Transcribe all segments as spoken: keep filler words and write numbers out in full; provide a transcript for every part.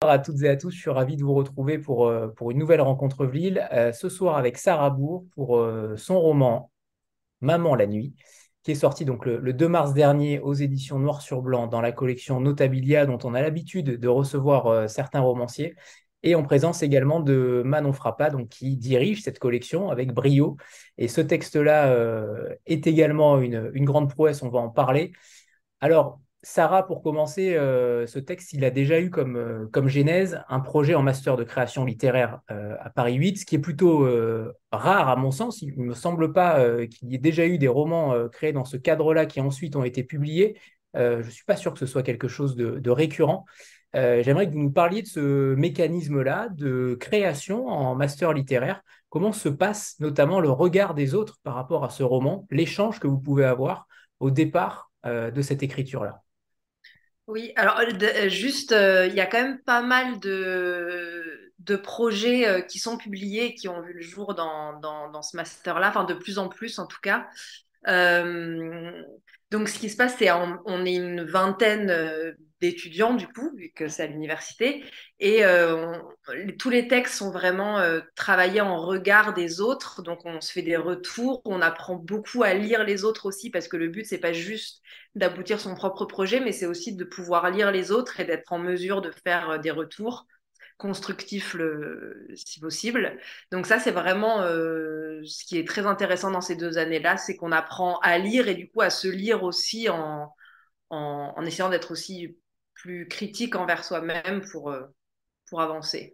Bonsoir à toutes et à tous. Je suis ravi de vous retrouver pour, euh, pour une nouvelle rencontre Vlil. Euh, ce soir avec Sarah Bourg pour euh, son roman Maman la nuit, qui est sorti donc le, le deux mars dernier aux éditions Noir sur Blanc dans la collection Notabilia, dont on a l'habitude de recevoir euh, certains romanciers. Et en présence également de Manon Frappa, donc, qui dirige cette collection avec brio. Et ce texte-là euh, est également une, une grande prouesse, on va en parler. Alors, Sarah, pour commencer, euh, ce texte, il a déjà eu comme, euh, comme genèse un projet en master de création littéraire euh, à Paris huit, ce qui est plutôt euh, rare à mon sens. Il ne me semble pas euh, qu'il y ait déjà eu des romans euh, créés dans ce cadre-là qui ensuite ont été publiés. Euh, je ne suis pas sûr que ce soit quelque chose de, de récurrent. Euh, j'aimerais que vous nous parliez de ce mécanisme-là de création en master littéraire. Comment se passe notamment le regard des autres par rapport à ce roman, l'échange que vous pouvez avoir au départ euh, de cette écriture-là. Oui, alors euh, de- euh, juste, euh, il y a quand même pas mal de, de projets euh, qui sont publiés et qui ont vu le jour dans, dans, dans ce master-là, enfin de plus en plus en tout cas. Euh, donc ce qui se passe, c'est on, on est une vingtaine euh, d'étudiants du coup, vu que c'est à l'université, et euh, on- tous les textes sont vraiment euh, travaillés en regard des autres, donc on se fait des retours, on apprend beaucoup à lire les autres aussi, parce que le but, c'est pas juste d'aboutir son propre projet, mais c'est aussi de pouvoir lire les autres et d'être en mesure de faire euh, des retours constructifs le, si possible. Donc ça, c'est vraiment euh, ce qui est très intéressant dans ces deux années-là, c'est qu'on apprend à lire et du coup à se lire aussi en, en, en essayant d'être aussi plus critique envers soi-même pour, euh, pour avancer.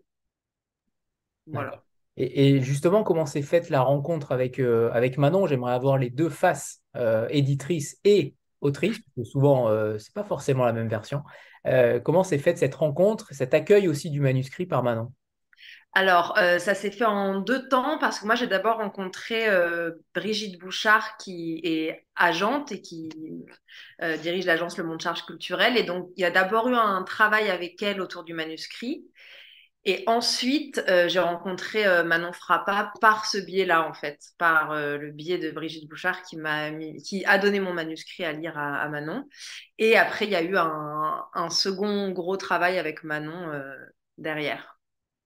Voilà. D'accord. Et, et justement, comment s'est faite la rencontre avec, euh, avec Manon? J'aimerais avoir les deux faces, euh, éditrice et autrice, parce que souvent, euh, c'est pas forcément la même version. Euh, comment s'est faite cette rencontre, cet accueil aussi du manuscrit par Manon? Alors, euh, ça s'est fait en deux temps parce que moi, j'ai d'abord rencontré euh, Brigitte Bouchard qui est agente et qui euh, dirige l'agence Le Monde Charge Culturelle. Et donc, il y a d'abord eu un travail avec elle autour du manuscrit. Et ensuite, euh, j'ai rencontré euh, Manon Frappa par ce biais-là, en fait, par euh, le biais de Brigitte Bouchard qui m'a mis, qui a donné mon manuscrit à lire à, à Manon. Et après, il y a eu un, un second gros travail avec Manon euh, derrière.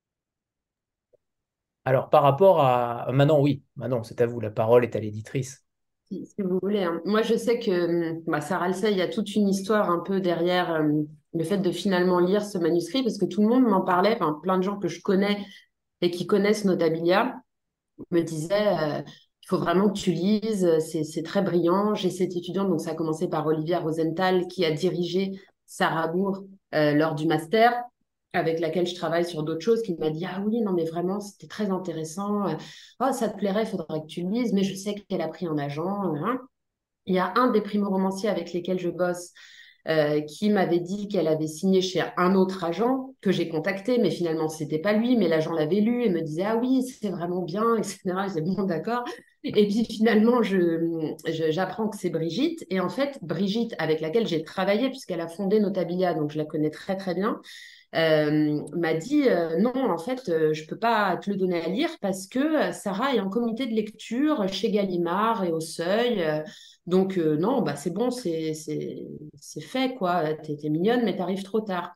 Alors, par rapport à Manon, oui, Manon, c'est à vous, la parole est à l'éditrice. Si, si vous voulez, hein. Moi, je sais que hum, bah, Sarah le sait, il y a toute une histoire un peu derrière hum, le fait de finalement lire ce manuscrit, parce que tout le monde m'en parlait, enfin, plein de gens que je connais et qui connaissent Notabilia me disaient, euh, il faut vraiment que tu lises, c'est, c'est très brillant. J'ai cette étudiante, donc ça a commencé par Olivia Rosenthal, qui a dirigé Sarah Bourg euh, lors du master, avec laquelle je travaille sur d'autres choses, qui m'a dit, ah oui, non, mais vraiment, c'était très intéressant. Euh, Oh, ça te plairait, il faudrait que tu le lises, mais je sais qu'elle a pris un agent, hein. Il y a un des primo-romanciers avec lesquels je bosse euh, qui m'avait dit qu'elle avait signé chez un autre agent que j'ai contacté, mais finalement, c'était pas lui, mais l'agent l'avait lu et me disait, ah oui, c'est vraiment bien, et cetera. Je disais, bon, d'accord. Et puis finalement, je, je- j'apprends que c'est Brigitte. Et en fait, Brigitte, avec laquelle j'ai travaillé, puisqu'elle a fondé Notabilia, donc je la connais très, très bien, euh, m'a dit euh, non, en fait, euh, je peux pas te le donner à lire parce que euh, Sarah est en comité de lecture chez Gallimard et au Seuil. Euh, donc, euh, non, bah, c'est bon, c'est, c'est, c'est fait, quoi. T'es, t'es mignonne, mais t'arrives trop tard.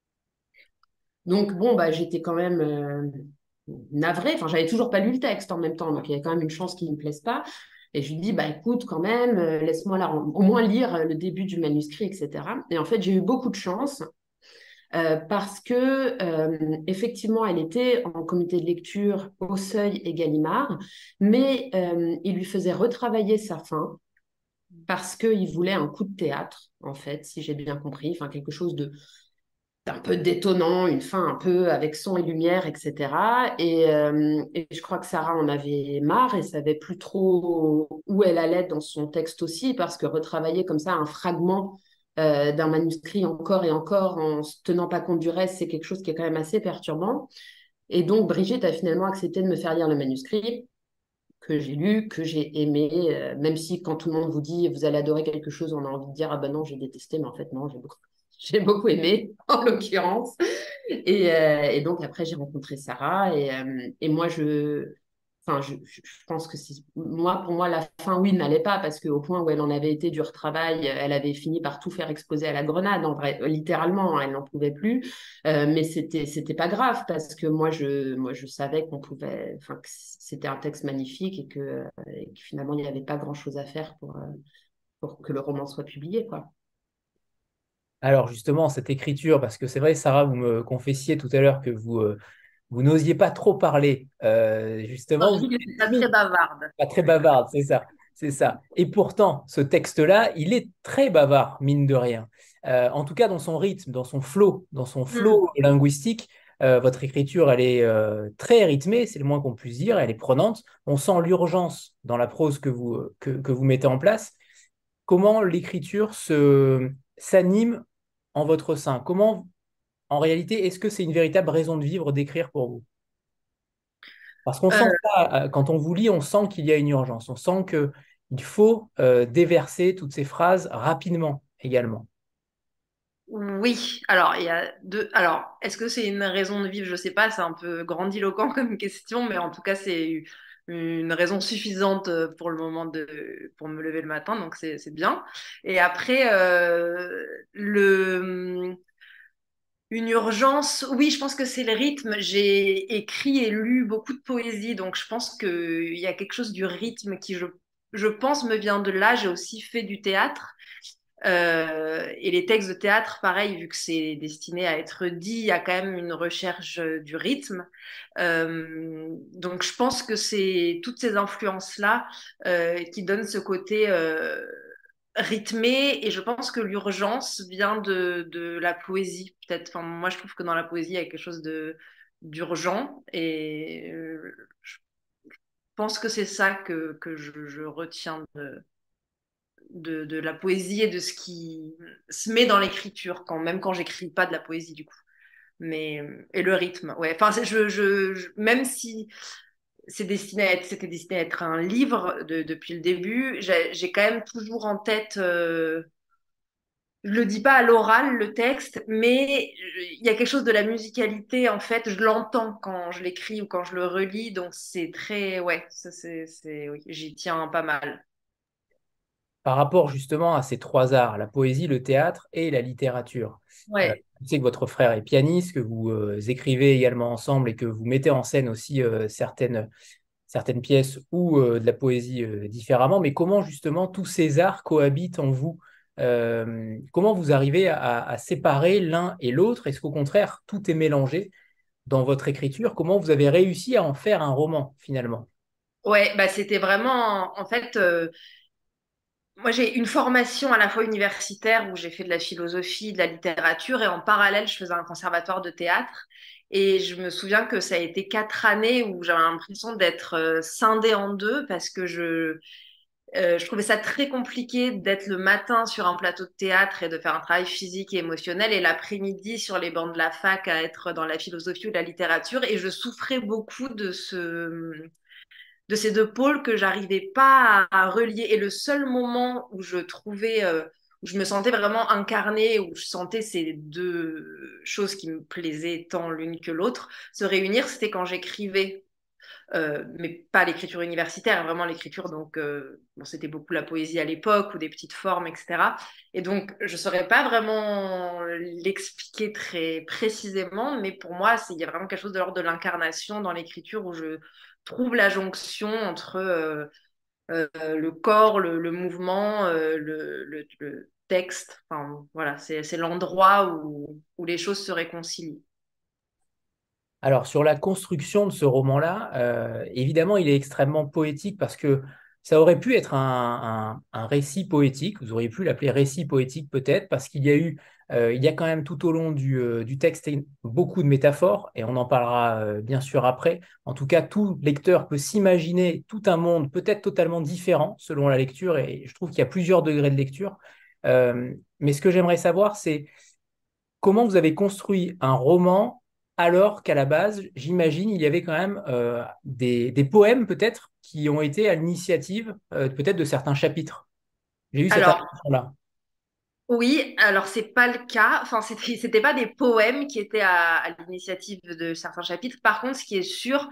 Donc, bon, bah, j'étais quand même euh, navrée. Enfin, j'avais toujours pas lu le texte en même temps, donc il y avait quand même une chance qu'il ne me plaise pas. Et je lui dis, bah écoute, quand même, euh, laisse-moi là, au moins lire euh, le début du manuscrit, et cetera. Et en fait, j'ai eu beaucoup de chance euh, parce que euh, effectivement, elle était en comité de lecture au Seuil et Gallimard, mais euh, il lui faisait retravailler sa fin parce qu'il voulait un coup de théâtre, en fait, si j'ai bien compris, enfin quelque chose de d'un peu détonnant, une fin un peu avec son et lumière, et cetera. Et, euh, et je crois que Sarah en avait marre et savait plus trop où elle allait dans son texte aussi, parce que retravailler comme ça un fragment euh, d'un manuscrit encore et encore en se tenant pas compte du reste, c'est quelque chose qui est quand même assez perturbant. Et donc Brigitte a finalement accepté de me faire lire le manuscrit que j'ai lu, que j'ai aimé, euh, même si quand tout le monde vous dit vous allez adorer quelque chose, on a envie de dire ah ben non, j'ai détesté, mais en fait non, j'ai beaucoup, j'ai beaucoup aimé, en l'occurrence. Et, euh, et donc après, j'ai rencontré Sarah et, euh, et moi, je, Enfin, je, je- je pense que c'est, moi, pour moi, la fin, oui, n'allait pas parce qu'au point où elle en avait été dur travail, elle avait fini par tout faire exploser à la grenade, en vrai, littéralement, hein, elle n'en pouvait plus. Euh, mais c'était, c'était pas grave parce que moi, je, moi, je savais qu'on pouvait, enfin, que c'était un texte magnifique et que, et que finalement, il n'y avait pas grand-chose à faire pour, euh, pour que le roman soit publié, quoi. Alors justement, cette écriture, parce que c'est vrai, Sarah, vous me confessiez tout à l'heure que vous, euh, vous n'osiez pas trop parler. Euh, Non, justement, je vous dis que êtes c'est pas très timide, bavarde. pas très bavarde, c'est ça, c'est ça. Et pourtant, ce texte-là, il est très bavard, mine de rien. Euh, en tout cas, dans son rythme, dans son flow, dans son Hmm. flow linguistique, euh, votre écriture, elle est euh, très rythmée, c'est le moins qu'on puisse dire, elle est prenante. On sent l'urgence dans la prose que vous, que, que vous mettez en place. Comment l'écriture se s'anime en votre sein? Comment, en réalité, est-ce que c'est une véritable raison de vivre d'écrire pour vous? Parce qu'on sent Euh, ça, euh, quand on vous lit, on sent qu'il y a une urgence. On sent qu'il faut euh, déverser toutes ces phrases rapidement également. oui, alors il y a deux. Alors, est-ce que c'est une raison de vivre? Je sais pas, c'est un peu grandiloquent comme question, mais en tout cas, c'est une raison suffisante pour le moment de pour me lever le matin, donc c'est c'est bien. Et après, euh, le une urgence, oui, je pense que c'est le rythme. J'ai écrit et lu beaucoup de poésie, donc je pense qu'il y a quelque chose du rythme qui, je, je pense, me vient de là. J'ai aussi fait du théâtre. Euh, et les textes de théâtre, pareil, vu que c'est destiné à être dit, il y a quand même une recherche euh, du rythme. Euh, donc je pense que c'est toutes ces influences-là euh, qui donnent ce côté euh, rythmé, et je pense que l'urgence vient de, de la poésie, peut-être. Enfin, moi, je trouve que dans la poésie, il y a quelque chose de d'urgent, et euh, je pense que c'est ça que, que je, je retiens de, de, de la poésie et de ce qui se met dans l'écriture, quand même quand j'écris pas de la poésie, du coup. Mais, et le rythme, ouais. Enfin, je, je, je, même si c'est destiné à être, c'était destiné à être un livre de, depuis le début, j'ai, j'ai quand même toujours en tête. Euh, je le dis pas à l'oral, le texte, mais il y a quelque chose de la musicalité, en fait, je l'entends quand je l'écris ou quand je le relis, donc c'est très, ouais, ça c'est, c'est, oui, j'y tiens pas mal. Par rapport justement à ces trois arts, la poésie, le théâtre et la littérature. Euh, Ouais. je sais que votre frère est pianiste, que vous euh, écrivez également ensemble et que vous mettez en scène aussi euh, certaines, certaines pièces ou euh, de la poésie euh, différemment, mais comment justement tous ces arts cohabitent en vous? Euh, comment vous arrivez à, à séparer l'un et l'autre? Est-ce qu'au contraire, tout est mélangé dans votre écriture? Comment vous avez réussi à en faire un roman finalement? Ouais, bah c'était vraiment, en fait, euh, moi j'ai une formation à la fois universitaire où j'ai fait de la philosophie, de la littérature, et en parallèle, je faisais un conservatoire de théâtre. Et je me souviens que ça a été quatre années où j'avais l'impression d'être euh, scindée en deux parce que je, Euh, je trouvais ça très compliqué d'être le matin sur un plateau de théâtre et de faire un travail physique et émotionnel, et l'après-midi sur les bancs de la fac à être dans la philosophie ou la littérature. Et je souffrais beaucoup de ce, de ces deux pôles que j'arrivais pas à, à relier. Et le seul moment où je trouvais, euh, où je me sentais vraiment incarnée, où je sentais ces deux choses qui me plaisaient tant l'une que l'autre se réunir, c'était quand j'écrivais, euh, mais pas l'écriture universitaire, vraiment l'écriture. Donc, euh, bon, c'était beaucoup la poésie à l'époque ou des petites formes, et cetera. Et donc, je ne saurais pas vraiment l'expliquer très précisément, mais pour moi, il y a vraiment quelque chose de l'ordre de l'incarnation dans l'écriture où je trouve la jonction entre euh, euh, le corps, le, le mouvement, euh, le, le, le, texte. Enfin, voilà, c'est l'endroit où, où les choses se réconcilient. Alors, sur la construction de ce roman-là, euh, évidemment, il est extrêmement poétique parce que ça aurait pu être un, un- un récit poétique. Vous auriez pu l'appeler récit poétique peut-être parce qu'il y a eu, euh, il y a quand même tout au long du, euh, du texte beaucoup de métaphores et on en parlera euh, bien sûr après. En tout cas, tout lecteur peut s'imaginer tout un monde peut-être totalement différent selon la lecture et je trouve qu'il y a plusieurs degrés de lecture. Euh, mais ce que j'aimerais savoir, c'est comment vous avez construit un roman alors qu'à la base, j'imagine, il y avait quand même euh, des, des poèmes peut-être qui ont été à l'initiative euh, peut-être de certains chapitres. J'ai eu cette Alors, impression-là. oui, alors c'est pas le cas. Enfin, c'était c'était pas des poèmes qui étaient à, à l'initiative de certains chapitres. Par contre, ce qui est sûr,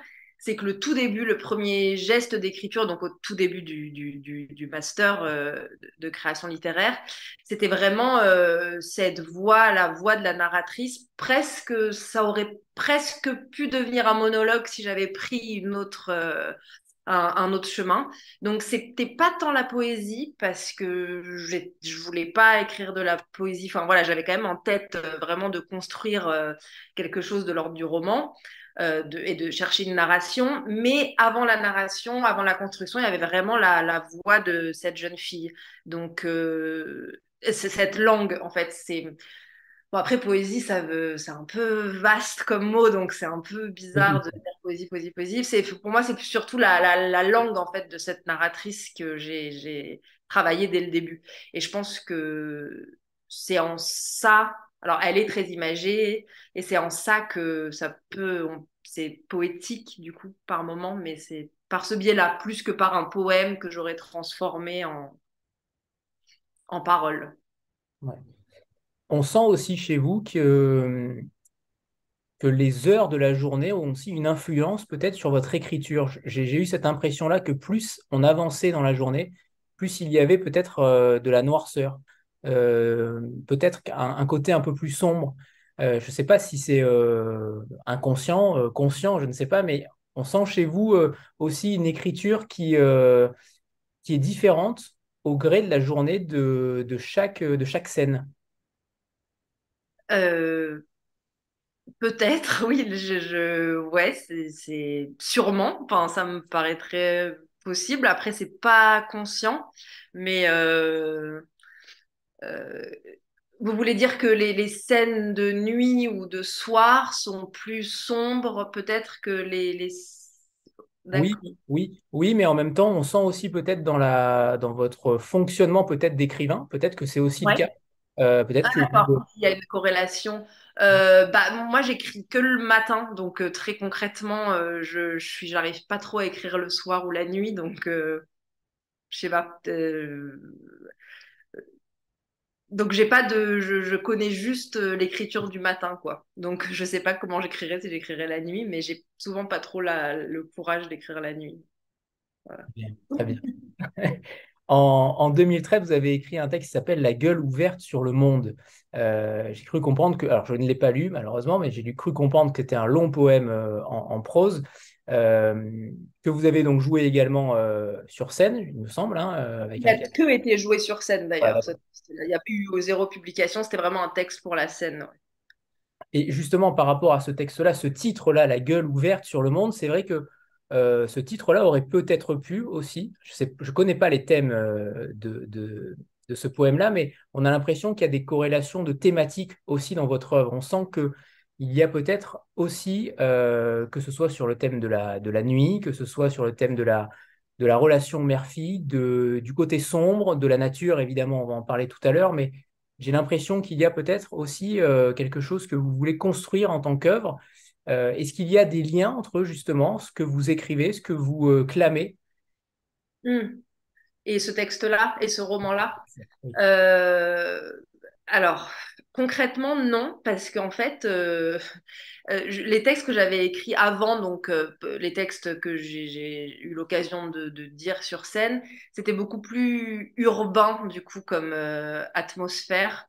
c'est que le tout début, le premier geste d'écriture, donc au tout début du, du, du, du master euh, de création littéraire, c'était vraiment euh, cette voix, la voix de la narratrice. Presque, ça aurait presque pu devenir un monologue si j'avais pris une autre, euh, un, un, autre chemin. Donc, c'était pas tant la poésie parce que je voulais pas écrire de la poésie. Enfin, voilà, j'avais quand même en tête euh, vraiment de construire euh, quelque chose de l'ordre du roman. Euh, de, et de chercher une narration, mais avant la narration, avant la construction, il y avait vraiment la, la voix de cette jeune fille. Donc, euh, c'est cette langue, en fait, c'est... Bon, après, poésie, ça veut... c'est un peu vaste comme mot, donc c'est un peu bizarre de dire poésie, poésie, poésie. C'est... Pour moi, c'est surtout la, la, la langue, en fait, de cette narratrice que j'ai, j'ai travaillé dès le début. Et je pense que c'est en ça... Alors, elle est très imagée, et c'est en ça que ça peut... on- C'est poétique, du coup, par moment, mais c'est par ce biais-là, plus que par un poème que j'aurais transformé en, en parole. Ouais. On sent aussi chez vous que, que les heures de la journée ont aussi une influence peut-être sur votre écriture. J'ai, j'ai eu cette impression-là que plus on avançait dans la journée, plus il y avait peut-être euh, de la noirceur, euh, peut-être un, un côté un peu plus sombre. Euh, je ne sais pas si c'est euh, inconscient, euh, conscient, je ne sais pas, mais on sent chez vous euh, aussi une écriture qui, euh, qui est différente au gré de la journée de, de chaque, de chaque scène. Euh, Peut-être, oui, je, je... ouais, c'est c'est sûrement, enfin, ça me paraîtrait possible. Après, c'est pas conscient, mais euh, euh, vous voulez dire que les, les scènes de nuit ou de soir sont plus sombres, peut-être que les, les... Oui, D'accord. oui, oui, mais en même temps, on sent aussi peut-être dans la, dans votre fonctionnement peut-être d'écrivain, peut-être que c'est aussi le Ouais. cas. Euh, peut-être Ah, que d'accord. vous- Il y a une corrélation. Euh, bah, moi, j'écris que le matin, donc euh, très concrètement, euh, je, je suis, j'arrive pas trop à écrire le soir ou la nuit, donc euh, je sais pas. euh, Donc j'ai pas de, je, je connais juste euh, l'écriture du matin, quoi. Donc je sais pas comment j'écrirais si j'écrirais la nuit, mais j'ai souvent pas trop la, le courage d'écrire la nuit. Voilà. Bien, très bien. En, en deux mille treize, vous avez écrit un texte qui s'appelle La gueule ouverte sur le monde. Euh, j'ai cru comprendre que, alors je ne l'ai pas lu malheureusement, mais j'ai cru comprendre que c'était un long poème euh, en, en prose, euh, que vous avez donc joué également euh, sur scène, il me semble, hein, euh, avec Il un... a que été joué sur scène Voilà. d'ailleurs. Ce- Il n'y a pas eu zéro publication, c'était vraiment un texte pour la scène. Ouais. Et justement, par rapport à ce texte-là, ce titre-là, La gueule ouverte sur le monde, c'est vrai que euh, ce titre-là aurait peut-être pu aussi, je ne je connais pas les thèmes euh, de, de, de ce poème-là, mais on a l'impression qu'il y a des corrélations de thématiques aussi dans votre œuvre. On sent que il y a peut-être aussi, euh, que ce soit sur le thème de la, de la nuit, que ce soit sur le thème de la, de la relation mère-fille, de, du côté sombre, de la nature, évidemment, on va en parler tout à l'heure, mais j'ai l'impression qu'il y a peut-être aussi euh, quelque chose que vous voulez construire en tant qu'œuvre. Euh, est-ce qu'il y a des liens entre justement ce que vous écrivez, ce que vous euh, clamez? Hmm. Et ce texte-là et ce roman-là. Oui. Euh, alors, concrètement, non, parce qu'en fait, euh, euh, je- les textes que j'avais écrits avant, donc euh, les textes que j'ai j'ai eu l'occasion de, de dire sur scène, c'était beaucoup plus urbain, du coup, comme euh, atmosphère.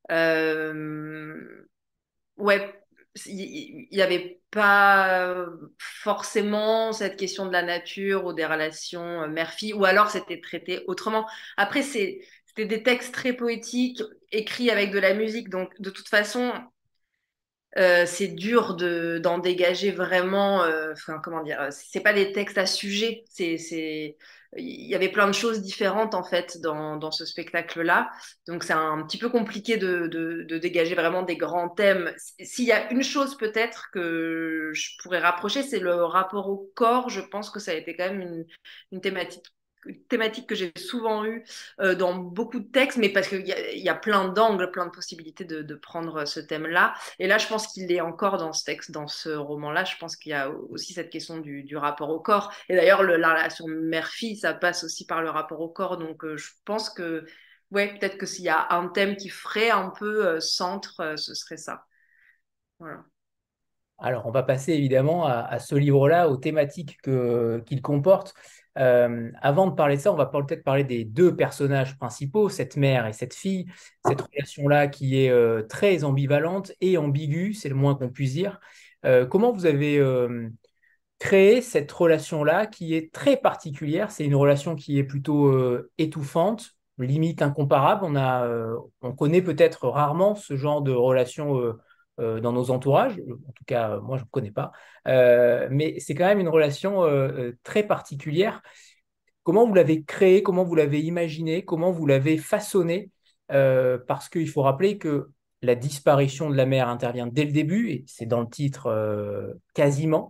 Euh, ouais, il n'y avait pas forcément cette question de la nature ou des relations euh, mère-fille, ou alors c'était traité autrement. Après, c'est, c'était des textes très poétiques, écrits avec de la musique, donc de toute façon, euh, c'est dur de, d'en dégager vraiment. Euh, enfin, comment dire, c'est pas des textes à sujet. C'est, c'est, il y avait plein de choses différentes en fait dans, dans ce spectacle-là. Donc c'est un petit peu compliqué de, de, de dégager vraiment des grands thèmes. S'il y a une chose peut-être que je pourrais rapprocher, c'est le rapport au corps. Je pense que ça a été quand même une, une thématique une thématique que j'ai souvent eue euh, dans beaucoup de textes, mais parce qu'il y a, y a plein d'angles, plein de possibilités de, de prendre ce thème-là. Et là, je pense qu'il est encore dans ce texte, dans ce roman-là. Je pense qu'il y a aussi cette question du, du rapport au corps. Et d'ailleurs, le, la relation mère-fille, ça passe aussi par le rapport au corps. Donc, euh, je pense que, ouais, peut-être que s'il y a un thème qui ferait un peu euh, centre, euh, ce serait ça. Voilà. Alors, on va passer évidemment à, à ce livre-là, aux thématiques que- qu'il comporte. Euh, avant de parler de ça, on va peut-être parler des deux personnages principaux, cette mère et cette fille, cette relation-là qui est euh, très ambivalente et ambiguë, c'est le moins qu'on puisse dire. Euh, comment vous avez euh, créé cette relation-là qui est très particulière? C'est une relation qui est plutôt euh, étouffante, limite incomparable. On a, euh, on connaît peut-être rarement ce genre de relation euh, euh, dans nos entourages. En tout cas, moi, je ne connais pas. Euh, mais c'est quand même une relation euh, euh, très particulière. Comment vous l'avez créée? Comment vous l'avez imaginée? Comment vous l'avez façonnée? Euh, parce qu'il faut rappeler que la disparition de la mère intervient dès le début, et c'est dans le titre euh, quasiment.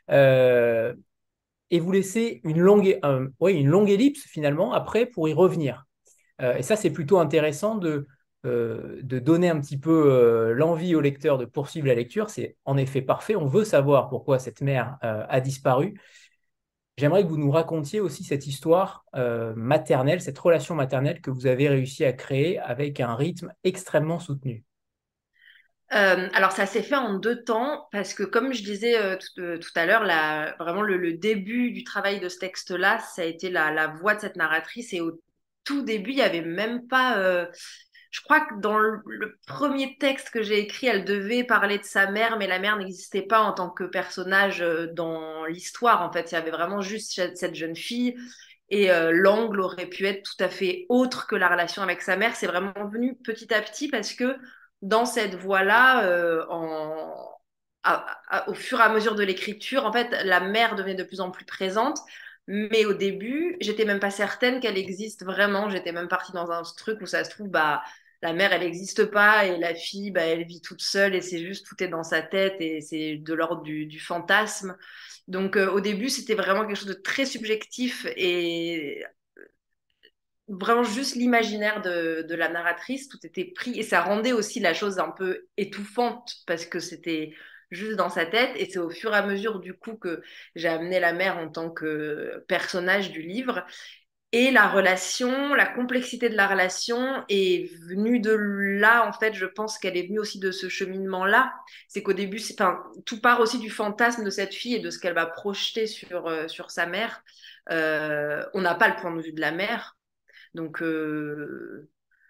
Euh, et vous laissez une longue, euh, ouais, une longue ellipse finalement après pour y revenir. Euh, et ça, c'est plutôt intéressant de, euh, de donner un petit peu euh, l'envie au lecteur de poursuivre la lecture. C'est en effet parfait. On veut savoir pourquoi cette mère euh, a disparu. J'aimerais que vous nous racontiez aussi cette histoire euh, maternelle, cette relation maternelle que vous avez réussi à créer avec un rythme extrêmement soutenu. Euh, alors ça s'est fait en deux temps parce que comme je disais euh, tout, euh, tout à l'heure, la- vraiment le, le début du travail de ce texte-là, ça a été la, la voix de cette narratrice et au tout début, il n'y avait même pas... euh, je crois que dans le, le premier texte que j'ai écrit, elle devait parler de sa mère, mais la mère n'existait pas en tant que personnage euh, dans l'histoire. En fait, il y avait vraiment juste cette cette jeune fille et euh, l'angle aurait pu être tout à fait autre que la relation avec sa mère. C'est vraiment venu petit à petit parce que dans cette voie-là, euh, en... à- à- au fur et à mesure de l'écriture, en fait, la mère devenait de plus en plus présente. Mais au début, j'étais même pas certaine qu'elle existe vraiment. J'étais même partie dans un truc où ça se trouve, bah, la mère, elle n'existe pas et la fille, bah, elle vit toute seule et c'est juste tout est dans sa tête et c'est de l'ordre du, du fantasme. Donc euh, au début, c'était vraiment quelque chose de très subjectif et vraiment juste l'imaginaire de, de la narratrice, tout était pris et ça rendait aussi la chose un peu étouffante parce que c'était juste dans sa tête et c'est au fur et à mesure du coup que j'ai amené la mère en tant que personnage du livre et la relation, la complexité de la relation est venue de là, en fait, je pense qu'elle est venue aussi de ce cheminement-là. C'est qu'au début, c'est, enfin, tout part aussi du fantasme de cette fille et de ce qu'elle va projeter sur, euh, sur sa mère. Euh, on n'a pas le point de vue de la mère. Donc, euh,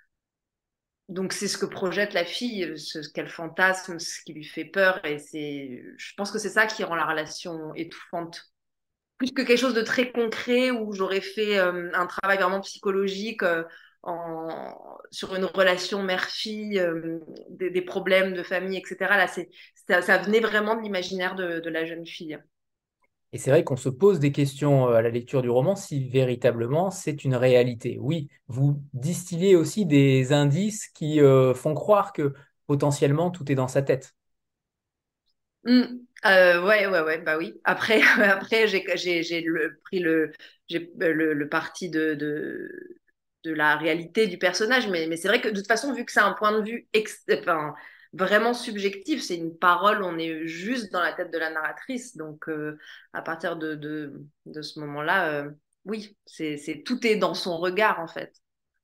donc c'est ce que projette la fille, ce, ce qu'elle fantasme, ce qui lui fait peur. Et c'est, je pense que c'est ça qui rend la relation étouffante. Plus que quelque chose de très concret où j'aurais fait euh, un travail vraiment psychologique euh, en, sur une relation mère-fille, euh, des, des problèmes de famille, et cetera. Là, c'est, ça, ça venait vraiment de l'imaginaire de, de la jeune fille. Et c'est vrai qu'on se pose des questions euh, à la lecture du roman si véritablement c'est une réalité. Oui, vous distillez aussi des indices qui euh, font croire que potentiellement tout est dans sa tête. Mm. Euh, ouais, ouais, ouais, bah oui. Après, après j'ai, j'ai, j'ai le, pris le, j'ai le, le parti de, de, de la réalité du personnage, mais, mais c'est vrai que de toute façon, vu que c'est un point de vue ex- enfin, vraiment subjectif, c'est une parole, on est juste dans la tête de la narratrice. Donc, euh, à partir de, de, de ce moment-là, euh, oui, c'est, c'est, tout est dans son regard, en fait.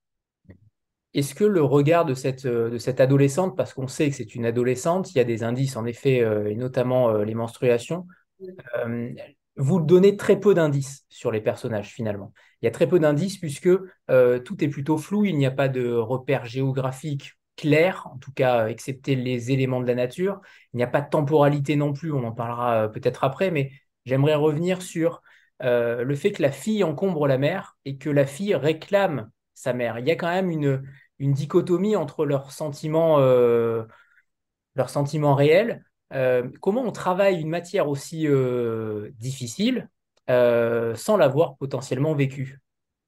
Est-ce que le regard de cette, euh, de cette adolescente, parce qu'on sait que c'est une adolescente, il y a des indices en effet, euh, et notamment euh, les menstruations, euh, vous donnez très peu d'indices sur les personnages finalement. Il y a très peu d'indices puisque euh, tout est plutôt flou, il n'y a pas de repères géographiques clairs, en tout cas euh, excepté les éléments de la nature. Il n'y a pas de temporalité non plus, on en parlera euh, peut-être après, mais j'aimerais revenir sur euh, le fait que la fille encombre la mère et que la fille réclame sa mère. Il y a quand même une, une dichotomie entre leurs sentiments, euh, leurs sentiments réels. Euh, comment on travaille une matière aussi euh, difficile euh, sans l'avoir potentiellement vécue?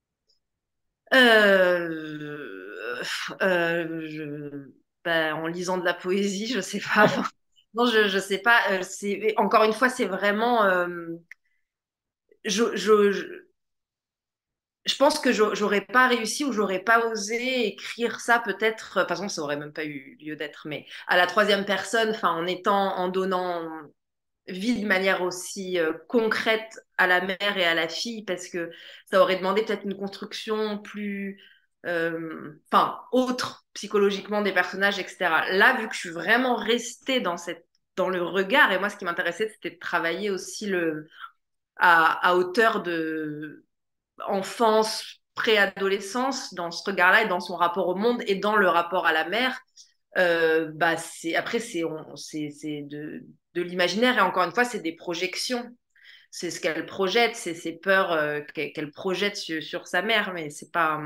Euh, euh, je- ben, en lisant de la poésie, je sais pas. Enfin, non, je, je sais pas. Euh, c'est, encore une fois, c'est vraiment. euh, je, je, je, je pense que je- j'aurais pas réussi ou j'aurais pas osé écrire ça peut-être. De toute façon, ça aurait même pas eu lieu d'être, mais à la troisième personne, enfin, en étant, en donnant vie de manière aussi euh, concrète à la mère et à la fille, parce que ça aurait demandé peut-être une construction plus, euh, enfin, autre psychologiquement des personnages, et cetera. Là, vu que je suis vraiment restée dans cette, dans le regard. Et moi, ce qui m'intéressait, c'était de travailler aussi le, à, à hauteur de enfance, préadolescence, dans ce regard-là et dans son rapport au monde et dans le rapport à la mère. Euh, bah c'est, après, c'est, on, c'est, c'est de, de l'imaginaire et encore une fois, c'est des projections. C'est ce qu'elle projette, c'est ses peurs euh, qu'elle, qu'elle projette sur, sur sa mère, mais c'est pas.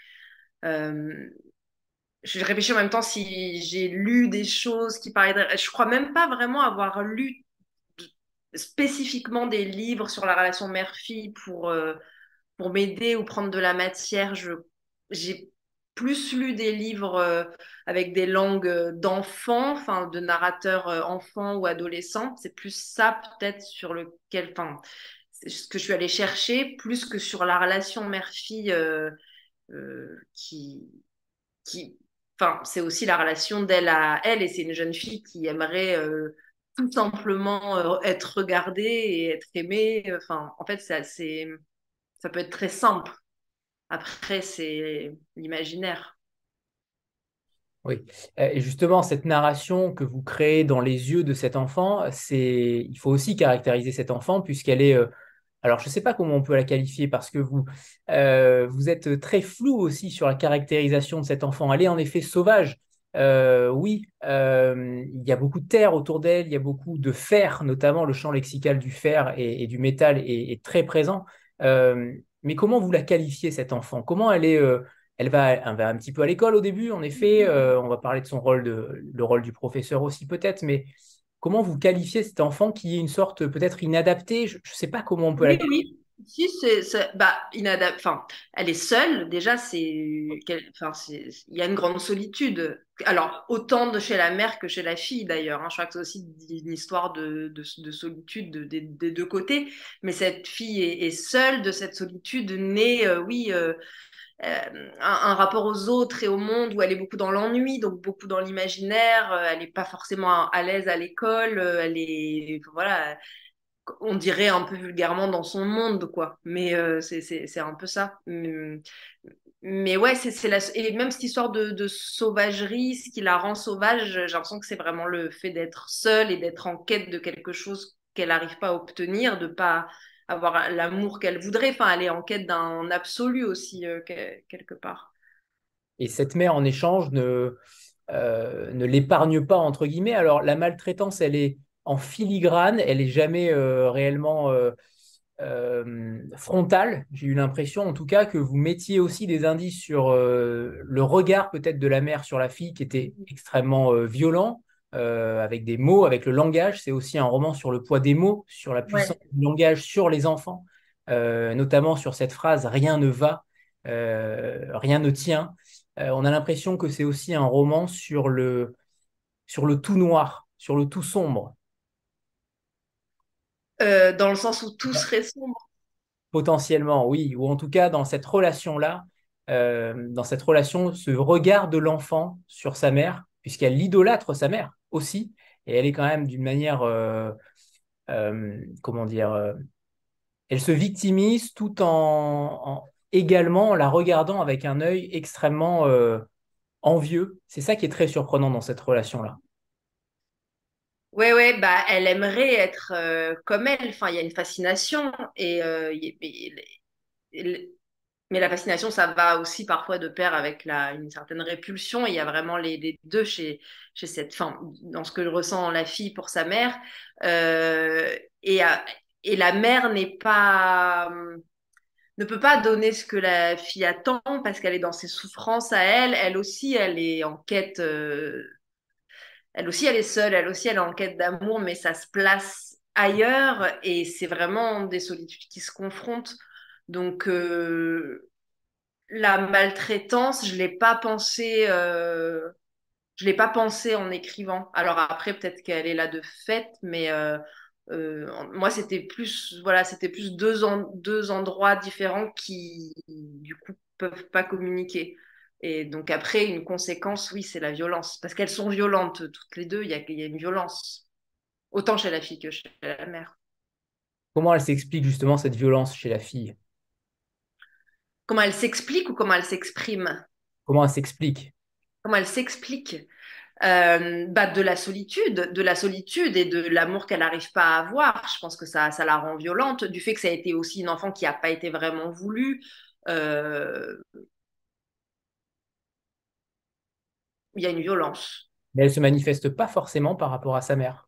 Euh, je réfléchis en même temps si j'ai lu des choses qui parlaient de... Je crois même pas vraiment avoir lu spécifiquement des livres sur la relation mère-fille pour, euh, pour m'aider ou prendre de la matière. Je, j'ai plus lu des livres euh, avec des langues euh, d'enfants, enfin de narrateurs euh, enfants ou adolescents. C'est plus ça peut-être sur lequel, enfin, c'est ce que je suis allée chercher, plus que sur la relation mère-fille euh, euh, qui, qui, enfin, c'est aussi la relation d'elle à elle, et c'est une jeune fille qui aimerait euh, tout simplement euh, être regardée et être aimée. Enfin, en fait, c'est assez, ça peut être très simple. Après, c'est l'imaginaire. Oui. Euh, Et justement, cette narration que vous créez dans les yeux de cet enfant, c'est, il faut aussi caractériser cet enfant puisqu'elle est, euh, alors je ne sais pas comment on peut la qualifier parce que vous, euh, vous êtes très flou aussi sur la caractérisation de cet enfant. Elle est en effet sauvage. Euh, oui, euh, il y a beaucoup de terre autour d'elle, il y a beaucoup de fer, notamment le champ lexical du fer et, et du métal est, est très présent. Euh, mais comment vous la qualifiez, cet enfant? Comment elle est, euh, elle va, elle va un petit peu à l'école au début, en effet. Euh, on va parler de son rôle, de, le rôle du professeur aussi peut-être, mais comment vous qualifiez cet enfant qui est une sorte peut-être inadaptée? Je ne sais pas comment on peut la Oui, qualifier. oui. Si, c'est, c'est- bah, inadap- enfin, elle est seule, déjà, c'est, quel- enfin, c'est, il y a une grande solitude. Alors, autant de chez la mère que chez la fille, d'ailleurs, hein. Je crois que c'est aussi une histoire de, de, de solitude de- des des deux côtés. Mais cette fille est, est seule, de cette solitude naît, euh, oui, euh, euh, un, un rapport aux autres et au monde où elle est beaucoup dans l'ennui, donc beaucoup dans l'imaginaire. Euh, elle n'est pas forcément à l'aise à l'école. euh, Elle est, voilà, on dirait un peu vulgairement dans son monde, quoi. Mais euh, c'est c'est- c'est un peu ça. Hum, Mais ouais, c'est c'est la... Et même cette histoire de, de sauvagerie, ce qui la rend sauvage, j'ai l'impression que c'est vraiment le fait d'être seule et d'être en quête de quelque chose qu'elle n'arrive pas à obtenir, de pas avoir l'amour qu'elle voudrait. Enfin, elle est en quête d'un absolu aussi, euh, que- quelque part. Et cette mère, en échange, ne, euh, ne l'épargne pas, entre guillemets. Alors, la maltraitance, elle est en filigrane, elle est jamais euh, réellement euh, euh, frontale. J'ai eu l'impression, en tout cas, que vous mettiez aussi des indices sur euh, le regard peut-être de la mère sur la fille qui était extrêmement euh, violent, euh, avec des mots, avec le langage. C'est aussi un roman sur le poids des mots, sur la puissance Ouais. du langage sur les enfants, euh, notamment sur cette phrase «rien ne va, euh, rien ne tient». Euh, on a l'impression que c'est aussi un roman sur le, sur le tout noir, sur le tout sombre. Euh, dans le sens où tout serait sombre. Potentiellement, oui, ou en tout cas dans cette relation-là, euh, dans cette relation, ce regard de l'enfant sur sa mère, puisqu'elle idolâtre sa mère aussi, et elle est quand même d'une manière, euh, euh, comment dire, euh, elle se victimise tout en, en- également en la regardant avec un œil extrêmement euh, envieux. C'est ça qui est très surprenant dans cette relation-là. Ouais, ouais, bah, elle aimerait être euh, comme elle. Enfin, il y a une fascination et, euh, y- et- mais la fascination, ça va aussi parfois de pair avec la, une certaine répulsion. Et il y a vraiment les, les deux chez, chez cette femme, dans ce que ressent la fille pour sa mère. Euh, et, à- et la mère n'est pas, ne peut pas donner ce que la fille attend parce qu'elle est dans ses souffrances à elle. Elle aussi, elle est en quête. Euh, elle aussi, elle est seule. Elle aussi, elle est en quête d'amour, mais ça se place ailleurs. Et c'est vraiment des solitudes qui se confrontent. Donc, euh, la maltraitance, je l'ai pas pensé, euh, je l'ai pas pensé en écrivant. Alors après, peut-être qu'elle est là de fait, mais euh, euh, moi, c'était plus, voilà, c'était plus deux, en- deux endroits différents qui, du coup, peuvent pas communiquer. Et donc après, une conséquence, oui, c'est la violence, parce qu'elles sont violentes toutes les deux. Il y a, il y a une violence, autant chez la fille que chez la mère. Comment elle s'explique justement cette violence chez la fille? Comment elle s'explique ou comment elle s'exprime? Comment elle s'explique? Comment elle s'explique? euh, bah, de la solitude, de la solitude et de l'amour qu'elle n'arrive pas à avoir. Je pense que ça, ça la rend violente, du fait que ça a été aussi une enfant qui n'a pas été vraiment voulue. Euh, Il y a une violence. Mais elle se manifeste pas forcément par rapport à sa mère.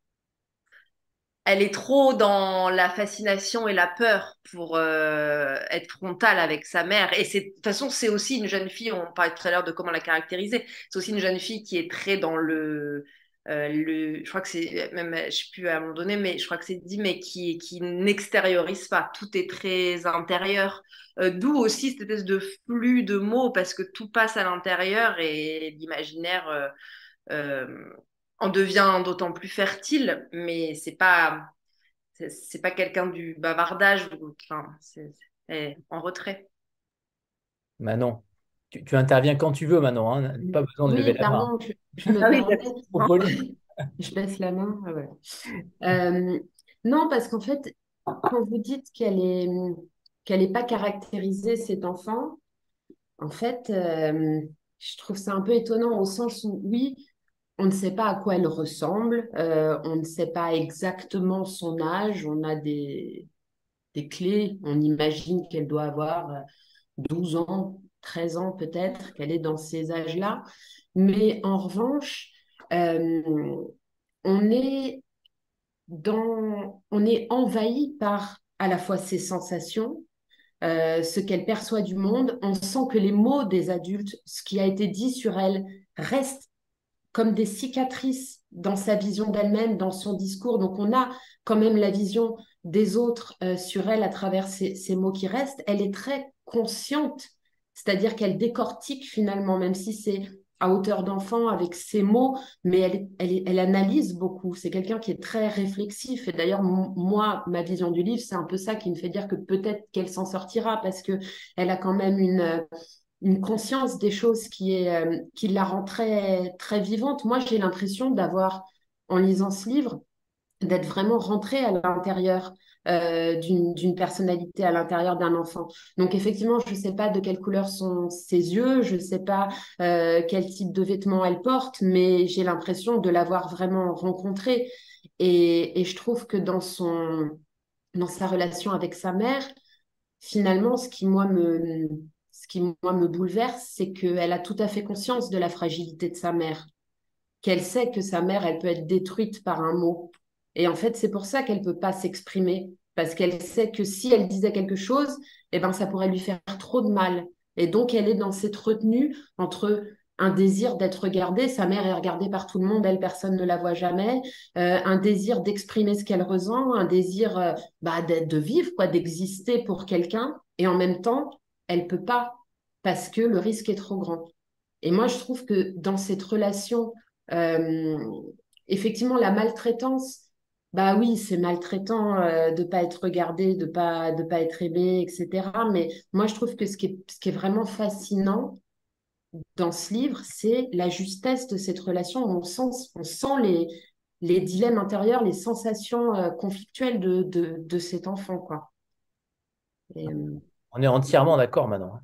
Elle est trop dans la fascination et la peur pour euh, être frontale avec sa mère. Et c'est, de toute façon, c'est aussi une jeune fille, on parlait tout à l'heure de comment la caractériser, c'est aussi une jeune fille qui est très dans le... euh, le je crois que c'est, même, je sais plus à un moment donné, mais je crois que c'est dit, mais qui, qui n'extériorise pas. Tout est très intérieur. Euh, d'où aussi cette espèce de flux de mots, parce que tout passe à l'intérieur et l'imaginaire... euh, euh, en devient d'autant plus fertile, mais c'est pas c'est c'est pas quelqu'un du bavardage, enfin, c'est c'est en retrait. Manon, tu, tu interviens quand tu veux, Manon, hein. Pas besoin de lever Oui, la main. pardon, je, je me Ah oui, permets. Trop poli. Je baisse la main. Ah, voilà. Euh, non, parce qu'en fait, quand vous dites qu'elle est qu'elle n'est pas caractérisée, cet enfant, en fait, euh, je trouve ça un peu étonnant au sens où, oui, on ne sait pas à quoi elle ressemble, euh, on ne sait pas exactement son âge, on a des, des clés, on imagine qu'elle doit avoir euh, douze ans, treize ans peut-être, qu'elle est dans ces âges-là. Mais en revanche, euh, on est dans, on est envahi par à la fois ses sensations, euh, ce qu'elle perçoit du monde. On sent que les mots des adultes, ce qui a été dit sur elle, reste comme des cicatrices dans sa vision d'elle-même, dans son discours. Donc on a quand même la vision des autres euh, sur elle à travers ces, ces mots qui restent. Elle est très consciente, c'est-à-dire qu'elle décortique finalement, même si c'est à hauteur d'enfant avec ses mots, mais elle, elle, elle analyse beaucoup. C'est quelqu'un qui est très réflexif. Et d'ailleurs, moi, ma vision du livre, c'est un peu ça qui me fait dire que peut-être qu'elle s'en sortira parce que elle a quand même une une conscience des choses qui, est, euh, qui la rend très, très vivante. Moi, j'ai l'impression d'avoir, en lisant ce livre, d'être vraiment rentrée à l'intérieur euh, d'une, d'une personnalité, à l'intérieur d'un enfant. Donc, effectivement, je ne sais pas de quelle couleur sont ses yeux, je ne sais pas euh, quel type de vêtements elle porte, mais j'ai l'impression de l'avoir vraiment rencontrée. Et, et je trouve que dans son, dans sa relation avec sa mère, finalement, ce qui, moi, me, ce qui, moi, me bouleverse, c'est qu'elle a tout à fait conscience de la fragilité de sa mère, qu'elle sait que sa mère, elle peut être détruite par un mot. Et en fait, c'est pour ça qu'elle ne peut pas s'exprimer, parce qu'elle sait que si elle disait quelque chose, eh ben, ça pourrait lui faire trop de mal. Et donc, elle est dans cette retenue entre un désir d'être regardée, sa mère est regardée par tout le monde, elle, personne ne la voit jamais, euh, un désir d'exprimer ce qu'elle ressent, un désir euh, bah, de, de vivre, quoi, d'exister pour quelqu'un, et en même temps, elle peut pas, parce que le risque est trop grand. Et moi, je trouve que dans cette relation euh, effectivement, la maltraitance, bah oui, c'est maltraitant euh, de pas être regardé, de pas de pas être aimé, et cetera. Mais moi, je trouve que ce qui est, ce qui est vraiment fascinant dans ce livre, c'est la justesse de cette relation. On sent, on sent les, les dilemmes intérieurs, les sensations euh, conflictuelles de, de, de cet enfant, quoi. Et, euh, On est entièrement d'accord, Manon.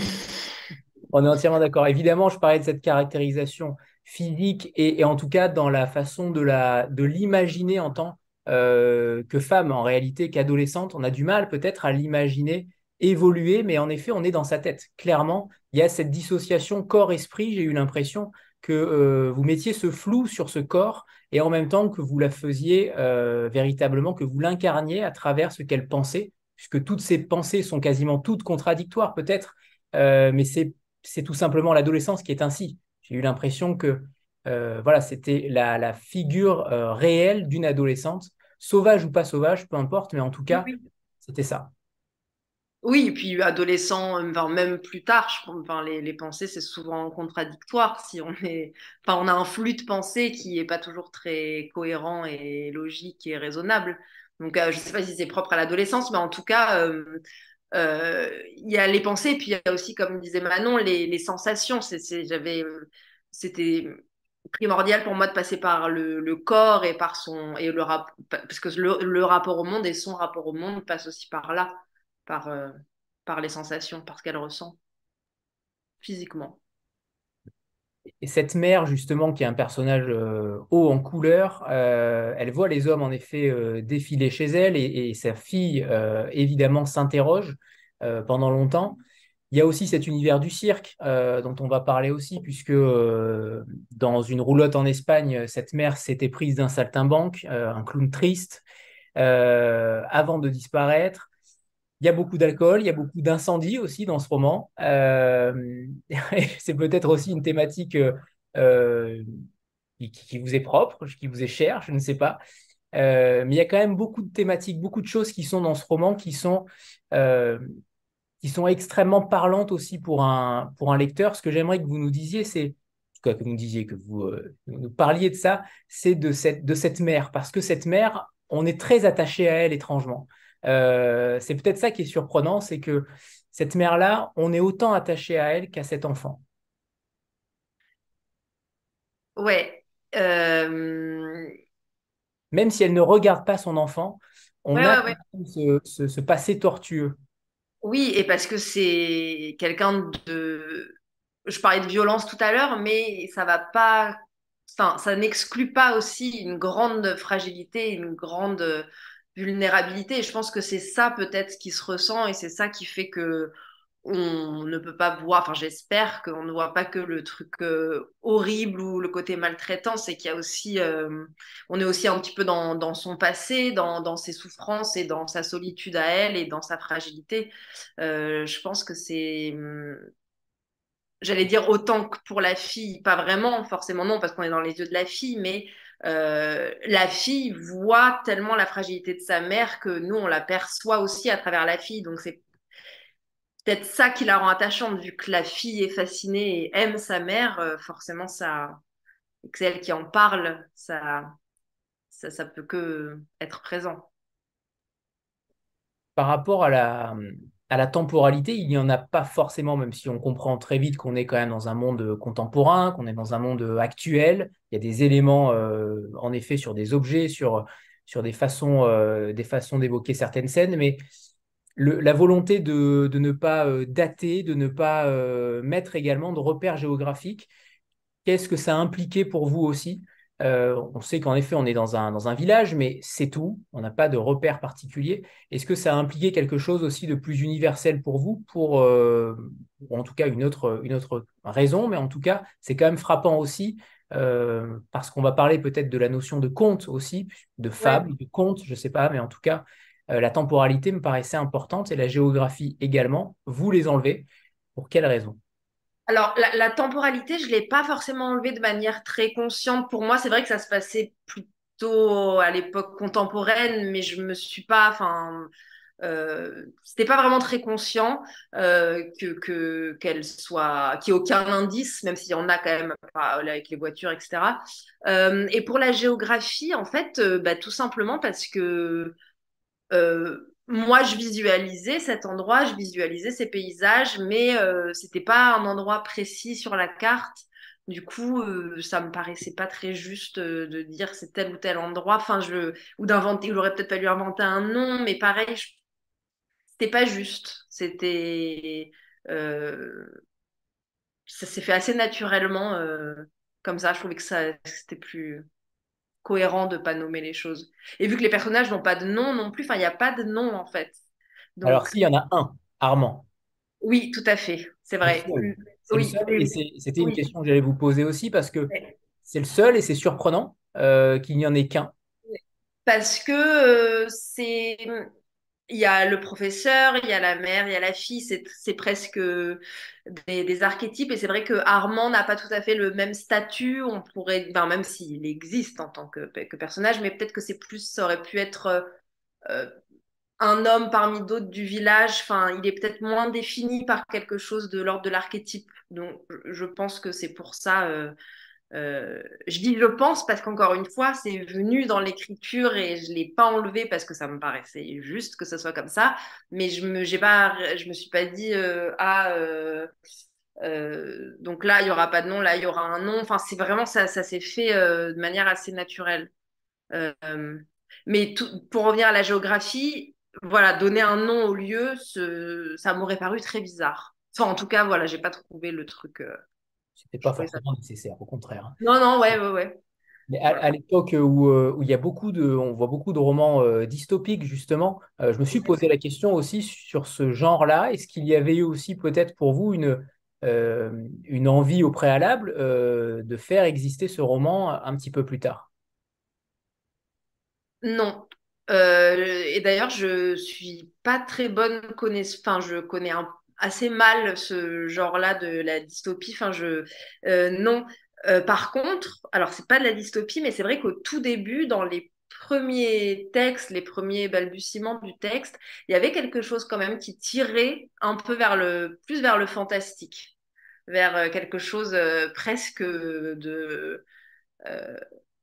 On est entièrement d'accord. Évidemment, je parlais de cette caractérisation physique et, et en tout cas dans la façon de la, de l'imaginer en tant euh, que femme, en réalité, qu'adolescente. On a du mal peut-être à l'imaginer évoluer, mais en effet, on est dans sa tête. Clairement, il y a cette dissociation corps-esprit. J'ai eu l'impression que euh, vous mettiez ce flou sur ce corps et en même temps que vous la faisiez euh, véritablement, que vous l'incarniez à travers ce qu'elle pensait, puisque toutes ces pensées sont quasiment toutes contradictoires peut-être. Euh, mais c'est c'est tout simplement l'adolescence qui est ainsi. J'ai eu l'impression que euh, voilà, c'était la, la figure euh, réelle d'une adolescente, sauvage ou pas sauvage, peu importe, mais en tout cas, Oui. c'était ça. Oui, et puis adolescent, enfin, même plus tard, je pense, enfin, les, les pensées, c'est souvent contradictoire. Si on est, enfin, on a un flux de pensées qui est pas toujours très cohérent et logique et raisonnable. Donc, euh, je sais pas si c'est propre à l'adolescence, mais en tout cas, euh, euh, il y a les pensées, et puis il y a aussi, comme disait Manon, les, les sensations. C'est, c'est, j'avais, c'était primordial pour moi de passer par le, le corps et par son et le rap, parce que le, le rapport au monde et son rapport au monde passe aussi par là, par euh, par les sensations, par ce qu'elle ressent physiquement. Et cette mère, justement, qui est un personnage euh, haut en couleur, euh, elle voit les hommes, en effet, euh, défiler chez elle et, et sa fille, euh, évidemment, s'interroge euh, pendant longtemps. Il y a aussi cet univers du cirque euh, dont on va parler aussi, puisque euh, dans une roulotte en Espagne, cette mère s'était prise d'un saltimbanque, euh, un clown triste, euh, avant de disparaître. Il y a beaucoup d'alcool, il y a beaucoup d'incendies aussi dans ce roman. Euh, c'est peut-être aussi une thématique euh, euh, qui, qui vous est propre, qui vous est chère, je ne sais pas. Euh, mais il y a quand même beaucoup de thématiques, beaucoup de choses qui sont dans ce roman qui sont, euh, qui sont extrêmement parlantes aussi pour un, pour un lecteur. Ce que j'aimerais que vous nous disiez, c'est, que que vous nous disiez, que vous euh, nous parliez de ça, c'est de cette, de cette mère. Parce que cette mère, on est très attaché à elle étrangement. Euh, c'est peut-être ça qui est surprenant, c'est que cette mère-là, on est autant attaché à elle qu'à cet enfant. Ouais. Euh, Même si elle ne regarde pas son enfant, on Ouais, a ouais, ouais. ce, ce, ce passé tortueux. Oui, et parce que c'est quelqu'un de... Je parlais de violence tout à l'heure, mais ça va pas... Enfin, ça n'exclut pas aussi une grande fragilité, une grande vulnérabilité. Et je pense que c'est ça peut-être qui se ressent et c'est ça qui fait que on ne peut pas voir, enfin j'espère qu'on ne voit pas que le truc euh, horrible ou le côté maltraitant, c'est qu'il y a aussi, euh, on est aussi un petit peu dans, dans son passé, dans, dans ses souffrances et dans sa solitude à elle et dans sa fragilité. Euh, je pense que c'est, hum, j'allais dire autant que pour la fille, pas vraiment, forcément non, parce qu'on est dans les yeux de la fille, mais euh, la fille voit tellement la fragilité de sa mère que nous, on la perçoit aussi à travers la fille. Donc c'est peut-être ça qui la rend attachante, vu que la fille est fascinée et aime sa mère, euh, forcément, ça, et que c'est elle qui en parle, ça, ça, ça peut que être présent. Par rapport à la, à la temporalité, il n'y en a pas forcément, même si on comprend très vite qu'on est quand même dans un monde contemporain, qu'on est dans un monde actuel. Il y a des éléments, euh, en effet, sur des objets, sur, sur des façons, euh, des façons d'évoquer certaines scènes, mais le- la volonté de, de ne pas euh, dater, de ne pas euh, mettre également de repères géographiques. Qu'est-ce que ça a impliqué pour vous aussi? Euh, on sait qu'en effet, on est dans un, dans un village, mais c'est tout. On n'a pas de repères particuliers. Est-ce que ça a impliqué quelque chose aussi de plus universel pour vous, pour, euh, ou en tout cas une autre, une autre raison, mais en tout cas, c'est quand même frappant aussi, euh, parce qu'on va parler peut-être de la notion de conte aussi, de Ouais. fable, de conte, je ne sais pas, mais en tout cas, euh, la temporalité me paraissait importante et la géographie également. Vous les enlevez. Pour quelle raison? Alors, la, la temporalité, je ne l'ai pas forcément enlevée de manière très consciente. Pour moi, c'est vrai que ça se passait plutôt à l'époque contemporaine, mais je me suis pas, enfin, euh, c'était pas vraiment très conscient euh, que, que qu'elle soit, qu'il n'y ait aucun indice, même s'il y en a quand même pas, là, avec les voitures, et cetera. Euh, et pour la géographie, en fait, euh, bah, tout simplement parce que euh, moi, je visualisais cet endroit, je visualisais ces paysages, mais euh, c'était pas un endroit précis sur la carte. Du coup, euh, ça me paraissait pas très juste euh, de dire c'est tel ou tel endroit. Enfin, je ou d'inventer. Il aurait peut-être fallu inventer un nom, mais pareil, je- c'était pas juste. C'était euh, ça s'est fait assez naturellement euh, comme ça. Je trouvais que ça c'était plus cohérent de pas nommer les choses. Et vu que les personnages n'ont pas de nom non plus, enfin, il n'y a pas de nom en fait. Alors, Donc, s'il y en a un, Armand. oui, tout à fait, c'est C'est le vrai. seul. C'est le Oui, seul oui, et oui. c'est- c'était une Oui. question que j'allais vous poser aussi parce que Ouais. c'est le seul et c'est surprenant euh, qu'il n'y en ait qu'un. Parce que euh, c'est, il y a le professeur, il y a la mère, il y a la fille, c'est c'est presque des, des archétypes. Et c'est vrai que Armand n'a pas tout à fait le même statut. On pourrait, enfin, même s'il existe en tant que, que personnage, mais peut-être que c'est plus, ça aurait pu être euh, un homme parmi d'autres du village. Enfin, il est peut-être moins défini par quelque chose de l'ordre de l'archétype. Donc, je je pense que c'est pour ça. euh, Euh, je dis je pense parce qu'encore une fois, c'est venu dans l'écriture et je l'ai pas enlevé parce que ça me paraissait juste que ce soit comme ça. Mais je me, j'ai pas, je me suis pas dit euh, ah euh, euh, donc là il y aura pas de nom, là il y aura un nom. Enfin, c'est vraiment ça, ça s'est fait euh, de manière assez naturelle. Euh, mais tout, pour revenir à la géographie, voilà, donner un nom au lieu, ce, ça m'aurait paru très bizarre. Enfin, en tout cas, voilà, j'ai pas trouvé le truc. euh, C'était Je pas trouvais ça. forcément nécessaire, au contraire, hein. Non, non, ouais, ouais, ouais. Mais à, Voilà. à l'époque où, euh, où il y a beaucoup de, on voit beaucoup de romans euh, dystopiques, justement, euh, je me suis posé la question aussi sur ce genre-là. Est-ce qu'il y avait eu aussi peut-être pour vous une, euh, une envie au préalable euh, de faire exister ce roman un petit peu plus tard? Non. Euh, et d'ailleurs, je suis pas très bonne connaissance. Enfin, je connais un- assez mal ce genre-là de la dystopie. Enfin, je euh, non. Euh, par contre, alors c'est pas de la dystopie, mais c'est vrai qu'au tout début, dans les premiers textes, les premiers balbutiements du texte, il y avait quelque chose quand même qui tirait un peu vers le plus vers le fantastique, vers euh, quelque chose euh, presque de euh,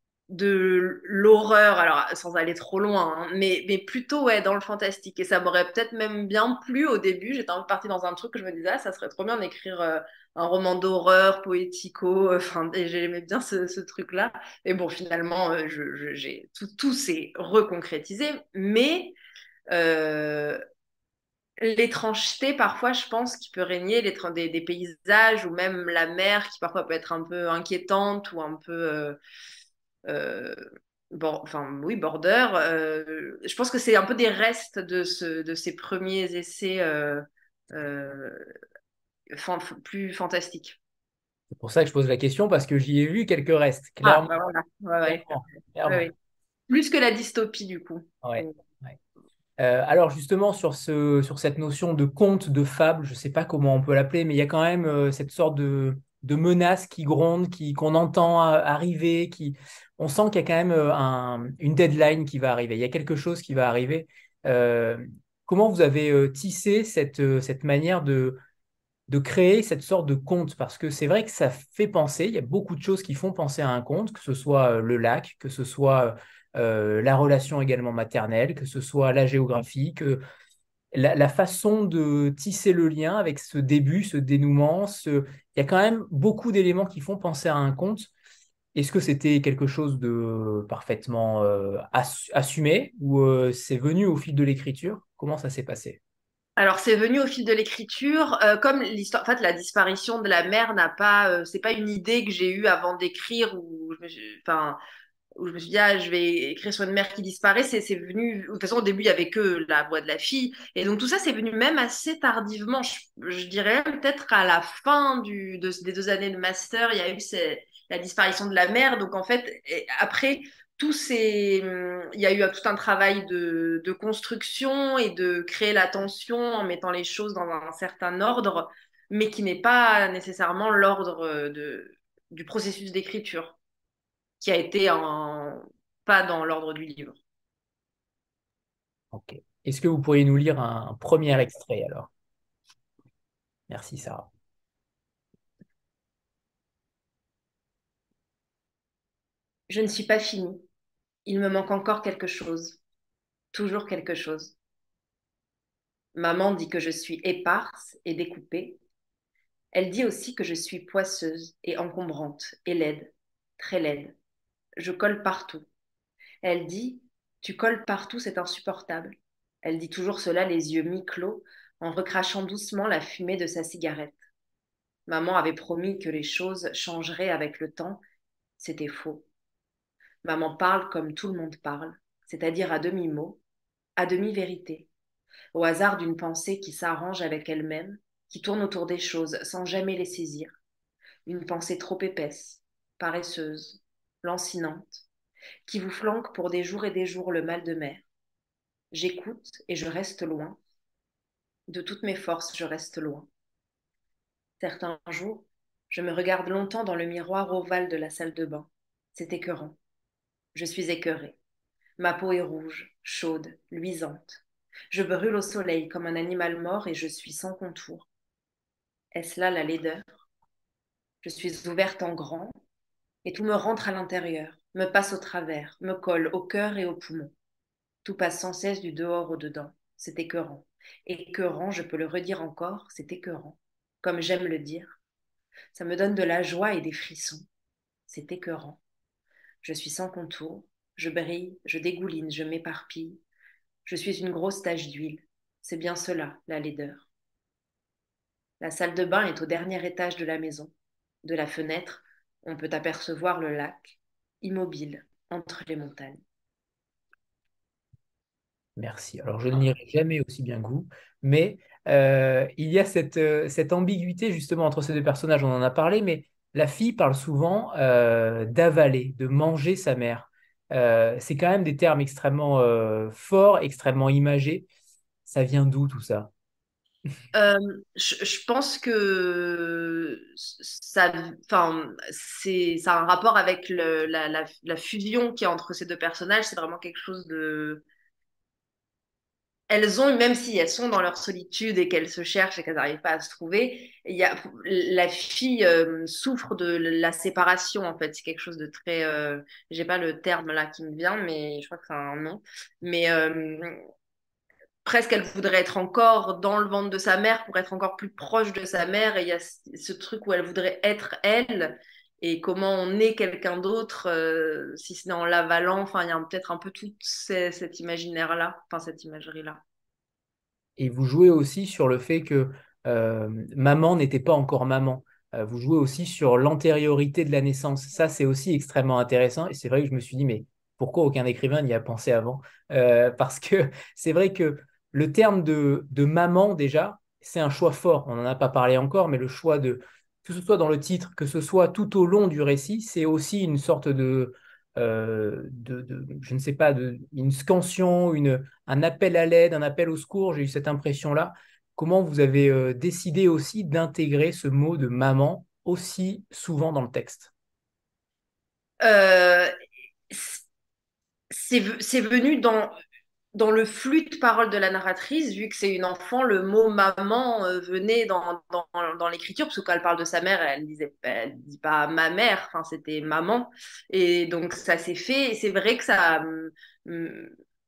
de l'horreur, alors sans aller trop loin, hein, mais, mais plutôt ouais, dans le fantastique. Et ça m'aurait peut-être même bien plu au début. J'étais partie dans un truc que je me disais, ah, ça serait trop bien d'écrire euh, un roman d'horreur, poético, enfin, et j'aimais bien ce, ce truc-là. Et bon, finalement, euh, je, je- j'ai, tout, tout s'est reconcrétisé, mais euh, l'étrangeté, parfois, je pense, qui peut régner, les des, des paysages ou même la mer qui parfois peut être un peu inquiétante ou un peu... euh, euh, bon, enfin oui, border. Euh, je pense que c'est un peu des restes de, ce, de ces premiers essais euh, euh, fan- plus fantastiques. C'est pour ça que je pose la question, parce que j'y ai vu quelques restes, Ah, clairement, bah voilà. Ouais, ouais. clairement, Ouais, clairement. ouais. Plus que la dystopie, du coup. Ouais, ouais. Euh, alors justement sur ce, sur cette notion de conte, de fable, je ne sais pas comment on peut l'appeler, mais il y a quand même euh, cette sorte de, de menace qui gronde, qui, qu'on entend euh, arriver, qui, on sent qu'il y a quand même euh, un- une deadline qui va arriver, il y a quelque chose qui va arriver. Euh, Comment vous avez euh, tissé cette, euh, cette manière de, de créer cette sorte de conte? Parce que c'est vrai que ça fait penser, il y a beaucoup de choses qui font penser à un conte, que ce soit euh, le lac, que ce soit euh, la relation également maternelle, que ce soit la géographie, que la, la façon de tisser le lien avec ce début, ce dénouement, ce... il y a quand même beaucoup d'éléments qui font penser à un conte. Est-ce que c'était quelque chose de parfaitement euh, ass- assumé ou euh, c'est venu au fil de l'écriture? Comment ça s'est passé? Alors, c'est venu au fil de l'écriture, euh, comme l'histoire, en fait, la disparition de la mère n'a pas, euh, c'est pas une idée que j'ai eue avant d'écrire ou, je me suis- enfin, où je me suis dit, ah, je vais écrire sur une mère qui disparaît, c'est, c'est venu, de toute façon, au début, il y avait que la voix de la fille. Et donc, tout ça, c'est venu même assez tardivement. Je, je dirais peut-être à la fin du, de- des deux années de master, il y a eu ces- la disparition de la mère. Donc, en fait, et après, tous ces, il y a eu tout un travail de, de construction et de créer la tension en mettant les choses dans un certain ordre, mais qui n'est pas nécessairement l'ordre de, du processus d'écriture qui a été en... pas dans l'ordre du livre. Ok. Est-ce que vous pourriez nous lire un, un premier extrait alors? Merci Sarah. Je ne suis pas finie. Il me manque encore quelque chose. Toujours quelque chose. Maman dit que je suis éparse et découpée. Elle dit aussi que je suis poisseuse et encombrante et laide, très laide. Je colle partout. Elle dit, tu colles partout, c'est insupportable. Elle dit toujours cela les yeux mi-clos, en recrachant doucement la fumée de sa cigarette. Maman avait promis que les choses changeraient avec le temps. C'était faux. Maman parle comme tout le monde parle, c'est-à-dire à demi-mot, à demi-vérité, au hasard d'une pensée qui s'arrange avec elle-même, qui tourne autour des choses sans jamais les saisir. Une pensée trop épaisse, paresseuse, lancinante, qui vous flanque pour des jours et des jours le mal de mer. J'écoute et je reste loin. De toutes mes forces, je reste loin. Certains jours, je me regarde longtemps dans le miroir ovale de la salle de bain. C'est écœurant. Je suis écœurée. Ma peau est rouge, chaude, luisante. Je brûle au soleil comme un animal mort et je suis sans contour. Est-ce là la laideur? Je suis ouverte en grand et tout me rentre à l'intérieur, me passe au travers, me colle au cœur et aux poumons. Tout passe sans cesse du dehors au dedans. C'est écœurant. Écœurant, je peux le redire encore, c'est écœurant. Comme j'aime le dire. Ça me donne de la joie et des frissons. C'est écœurant. Je suis sans contour. Je brille, je dégouline, je m'éparpille. Je suis une grosse tache d'huile. C'est bien cela, la laideur. La salle de bain est au dernier étage de la maison. de la fenêtre, on peut apercevoir le lac, immobile entre les montagnes. Merci. Alors, je ne lirai jamais aussi bien que vous, mais euh, il y a cette, euh, cette ambiguïté justement entre ces deux personnages, on en a parlé, mais la fille parle souvent euh, d'avaler, de manger sa mère. Euh, c'est quand même des termes extrêmement euh, forts, extrêmement imagés. Ça vient d'où tout ça? Euh, je, je pense que ça, enfin, c'est, ça a un rapport avec le- la, la, la fusion qui est entre ces deux personnages. C'est vraiment quelque chose de, elles ont, même si elles sont dans leur solitude et qu'elles se cherchent et qu'elles n'arrivent pas à se trouver, il y a, la fille euh, souffre de la séparation, en fait. C'est quelque chose de très... Euh, j'ai pas le terme là qui me vient, mais je crois que c'est un nom. Mais euh, presque, elle voudrait être encore dans le ventre de sa mère pour être encore plus proche de sa mère. Et il y a ce, ce truc où elle voudrait être elle. Et comment on est quelqu'un d'autre, euh, si ce n'est en l'avalant. Enfin, il y a peut-être un peu tout ces- cet imaginaire-là, enfin cette imagerie-là. Et vous jouez aussi sur le fait que euh, maman n'était pas encore maman. Euh, vous jouez aussi sur l'antériorité de la naissance. Ça, c'est aussi extrêmement intéressant. Et c'est vrai que je me suis dit, mais pourquoi aucun écrivain n'y a pensé avant? Euh, parce que c'est vrai que le terme de, de maman, déjà, c'est un choix fort. On n'en a pas parlé encore, mais le choix de, que ce soit dans le titre, que ce soit tout au long du récit, c'est aussi une sorte de, euh, de, de- je ne sais pas, de, une scansion, une, un appel à l'aide, un appel au secours. J'ai eu cette impression-là. Comment vous avez euh, décidé aussi d'intégrer ce mot de maman aussi souvent dans le texte? Euh, c'est c'est venu dans, dans le flux de parole de la narratrice, vu que c'est une enfant, le mot maman euh, venait dans, dans, dans l'écriture, parce que quand elle parle de sa mère, elle disait, elle dit pas ma mère, enfin c'était maman, et donc ça s'est fait. Et c'est vrai que ça hum,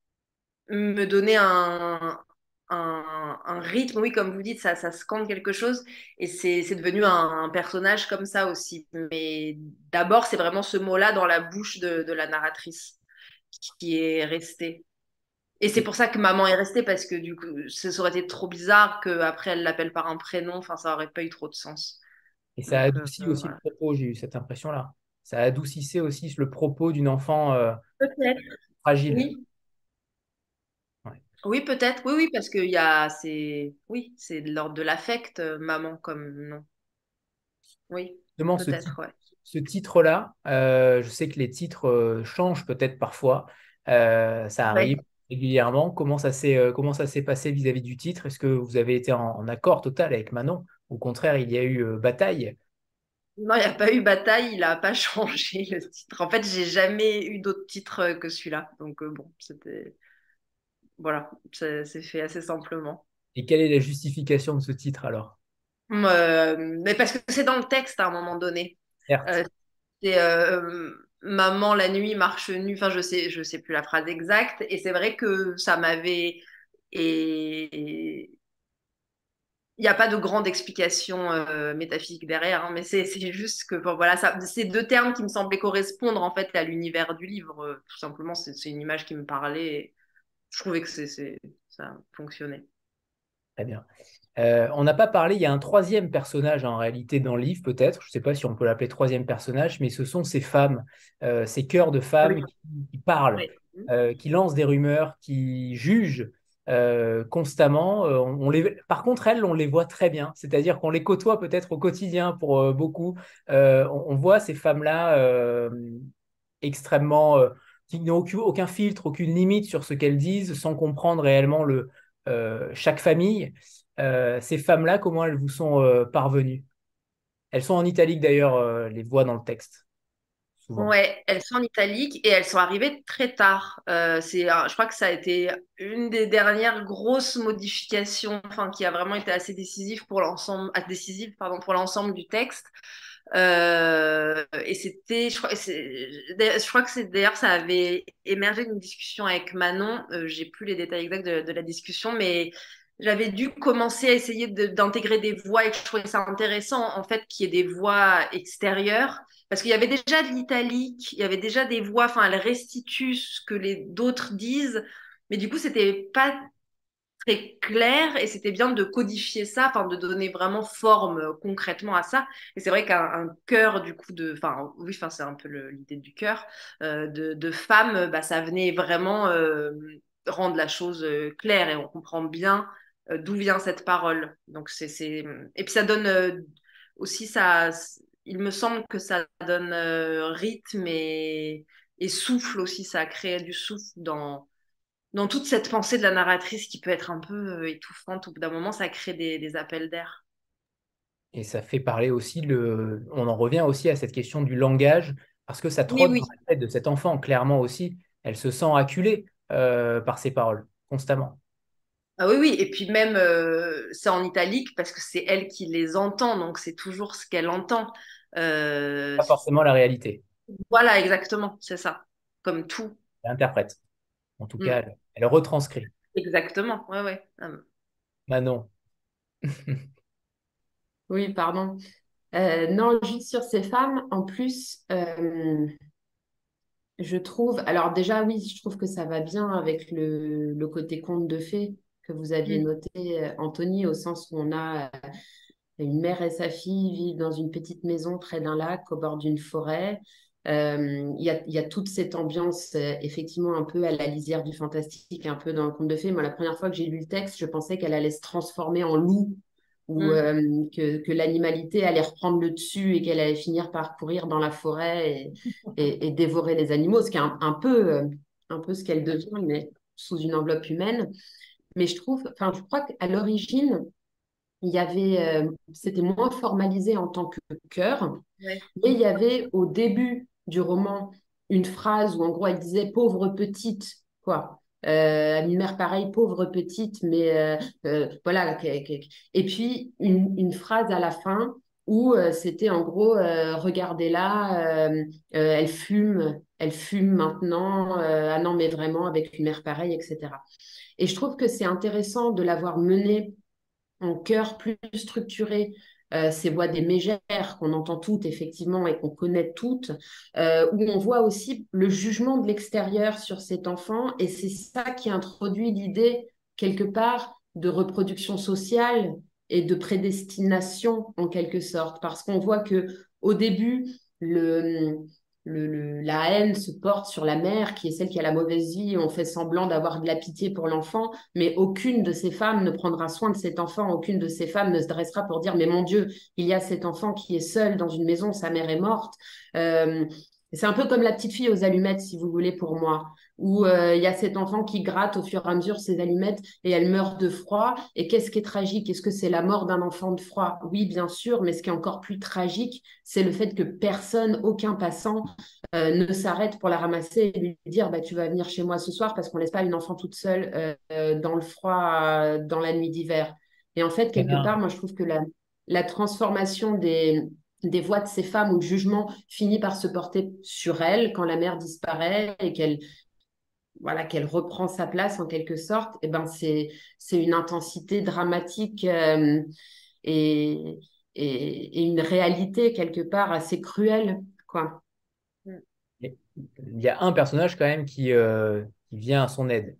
me donnait un, un, un rythme, oui, comme vous dites, ça, ça scande quelque chose, et c'est c'est devenu un, un personnage comme ça aussi. Mais d'abord, c'est vraiment ce mot-là dans la bouche de, de la narratrice qui est resté. Et c'est Et, pour ça que maman est restée, parce que du coup, ça aurait été trop bizarre qu'après elle l'appelle par un prénom, enfin, ça aurait pas eu trop de sens. et ça Donc, euh, adoucit aussi le voilà. propos, j'ai eu cette impression-là. Ça adoucissait aussi le propos d'une enfant euh, Peut-être, fragile. oui. Ouais. Oui, peut-être, oui, oui, parce qu'il y a, c'est, oui, c'est de l'ordre de l'affect, euh, maman, comme nom. Oui, Justement, ce titre, peut-être, ouais. ce titre-là, euh, je sais que les titres euh, changent peut-être parfois. Euh, ça Ouais. arrive régulièrement. Comment ça s'est euh, comment ça s'est passé vis-à-vis du titre? Est-ce que vous avez été en, en accord total avec Manon? Au contraire, il y a eu euh, bataille. Non, il n'y a pas eu bataille, il n'a pas changé le titre. En fait, j'ai jamais eu d'autre titre euh, que celui-là. Donc, euh, bon, c'était, voilà, c'est c'est fait assez simplement. Et quelle est la justification de ce titre alors? Euh, mais parce que c'est dans le texte à un moment donné. Certes. Euh, c'est euh, maman la nuit marche nue. Enfin, je sais, je sais plus la phrase exacte. Et c'est vrai que ça m'avait. Et il n'y a pas de grande explication euh, métaphysique derrière, hein, mais c'est c'est juste que bon, voilà, ça, c'est deux termes qui me semblaient correspondre en fait à l'univers du livre. Euh, tout simplement, c'est c'est une image qui me parlait. Et je trouvais que c'est c'est- ça fonctionnait. Très bien. Euh, on n'a pas parlé, il y a un troisième personnage en réalité dans le livre, peut-être, je ne sais pas si on peut l'appeler troisième personnage, mais ce sont ces femmes, euh, ces chœurs de Oui. femmes qui, qui parlent, Oui. euh, qui lancent des rumeurs, qui jugent euh, constamment. Euh, on, on les... Par contre, elles, on les voit très bien, c'est-à-dire qu'on les côtoie peut-être au quotidien pour euh, beaucoup. Euh, on, on voit ces femmes-là euh, extrêmement... euh, qui n'ont aucun, aucun filtre, aucune limite sur ce qu'elles disent, sans comprendre réellement le, euh, chaque famille. Euh, ces femmes-là, comment elles vous sont euh, parvenues? Elles sont en italique d'ailleurs, euh, les voix dans le texte, souvent. Ouais, elles sont en italique et elles sont arrivées très tard. Euh, c'est, euh, je crois que ça a été une des dernières grosses modifications, enfin, qui a vraiment été assez décisive pour l'ensemble, ah, décisive, pardon, pour l'ensemble du texte. Euh, et c'était, je crois, c'est- je crois que c'est d'ailleurs ça avait émergé d'une discussion avec Manon. Euh, j'ai plus les détails exacts de, de la discussion, mais j'avais dû commencer à essayer de- d'intégrer des voix et que je trouvais ça intéressant en fait qu'il y ait des voix extérieures parce qu'il y avait déjà de l'italique, il y avait déjà des voix. Enfin, elles restituent ce que les d'autres disent, mais du coup c'était pas très clair et c'était bien de codifier ça, enfin de donner vraiment forme euh, concrètement à ça. Et c'est vrai qu'un un chœur du coup de, enfin oui, enfin c'est un peu le- l'idée du chœur euh, de, de femme, bah ça venait vraiment euh, rendre la chose euh, claire et on comprend bien euh, d'où vient cette parole. Donc c'est c'est et puis ça donne euh, aussi ça, il me semble que ça donne euh, rythme et et souffle aussi, ça crée du souffle dans dans toute cette pensée de la narratrice qui peut être un peu euh, étouffante, au bout d'un moment, ça crée des, des appels d'air. Et ça fait parler aussi, le... on en revient aussi à cette question du langage, parce que ça Oui, trotte dans oui. la tête de cet enfant, clairement aussi. Elle se sent acculée euh, par ses paroles, constamment. Ah oui, oui. Et puis même, euh, c'est en italique parce que c'est elle qui les entend, donc c'est toujours ce qu'elle entend. Euh, Pas forcément la réalité. voilà, exactement, c'est ça. Comme tout. Elle interprète. En tout cas, Mm. elle, elle retranscrit. Exactement, ouais, ouais. Ah, Manon. Oui, pardon. Euh, non, juste sur ces femmes, en plus, euh, je trouve, alors déjà, oui, je trouve que ça va bien avec le, le côté conte de fées que vous aviez mm, noté, euh, Anthony, au sens où on a euh, une mère et sa fille vivent dans une petite maison près d'un lac au bord d'une forêt. Euh, Il y a, il y a toute cette ambiance, euh, effectivement, un peu à la lisière du fantastique, un peu dans le conte de fées. Moi, la première fois que j'ai lu le texte, je pensais qu'elle allait se transformer en loup ou mm. euh, que, que l'animalité allait reprendre le dessus et qu'elle allait finir par courir dans la forêt et, et, et dévorer les animaux, ce qui est un, un peu, euh, un peu ce qu'elle devient, mais sous une enveloppe humaine. Mais je trouve, enfin, je crois qu'à l'origine, il y avait, euh, c'était moins formalisé en tant que chœur, Ouais. mais il y avait au début du roman une phrase où en gros elle disait pauvre petite, quoi. Euh, à une mère pareille, pauvre petite, mais euh, euh, voilà. que- que- Et puis une, une phrase à la fin où euh, c'était en gros euh, regardez-la, euh, euh, elle fume, elle fume maintenant, euh, ah non mais vraiment avec une mère pareille, et cetera. Et je trouve que c'est intéressant de l'avoir menée en chœur plus structuré, euh, ces voix des mégères qu'on entend toutes effectivement et qu'on connaît toutes, euh, où on voit aussi le jugement de l'extérieur sur cet enfant et c'est ça qui introduit l'idée quelque part de reproduction sociale et de prédestination en quelque sorte parce qu'on voit que au début le, le, le, la haine se porte sur la mère qui est celle qui a la mauvaise vie, on fait semblant d'avoir de la pitié pour l'enfant mais aucune de ces femmes ne prendra soin de cet enfant, aucune de ces femmes ne se dressera pour dire, mais mon Dieu, il y a cet enfant qui est seul dans une maison, sa mère est morte. Euh, c'est un peu comme la petite fille aux allumettes, si vous voulez, pour moi, où euh, il y a cet enfant qui gratte au fur et à mesure ses allumettes et elle meurt de froid. Et qu'est-ce qui est tragique? Est-ce que c'est la mort d'un enfant de froid? Oui, bien sûr, mais ce qui est encore plus tragique, c'est le fait que personne, aucun passant, euh, ne s'arrête pour la ramasser et lui dire bah, tu vas venir chez moi ce soir parce qu'on ne laisse pas une enfant toute seule euh, euh, dans le froid, euh, dans la nuit d'hiver. Et en fait, quelque part, moi, je trouve que la, la transformation des, des voix de ces femmes ou le jugement finit par se porter sur elles quand la mère disparaît et qu'elle voilà, qu'elle reprend sa place en quelque sorte, et ben c'est, c'est une intensité dramatique euh, et, et, et une réalité quelque part assez cruelle, quoi. Mm. Il y a un personnage quand même qui, euh, qui vient à son aide.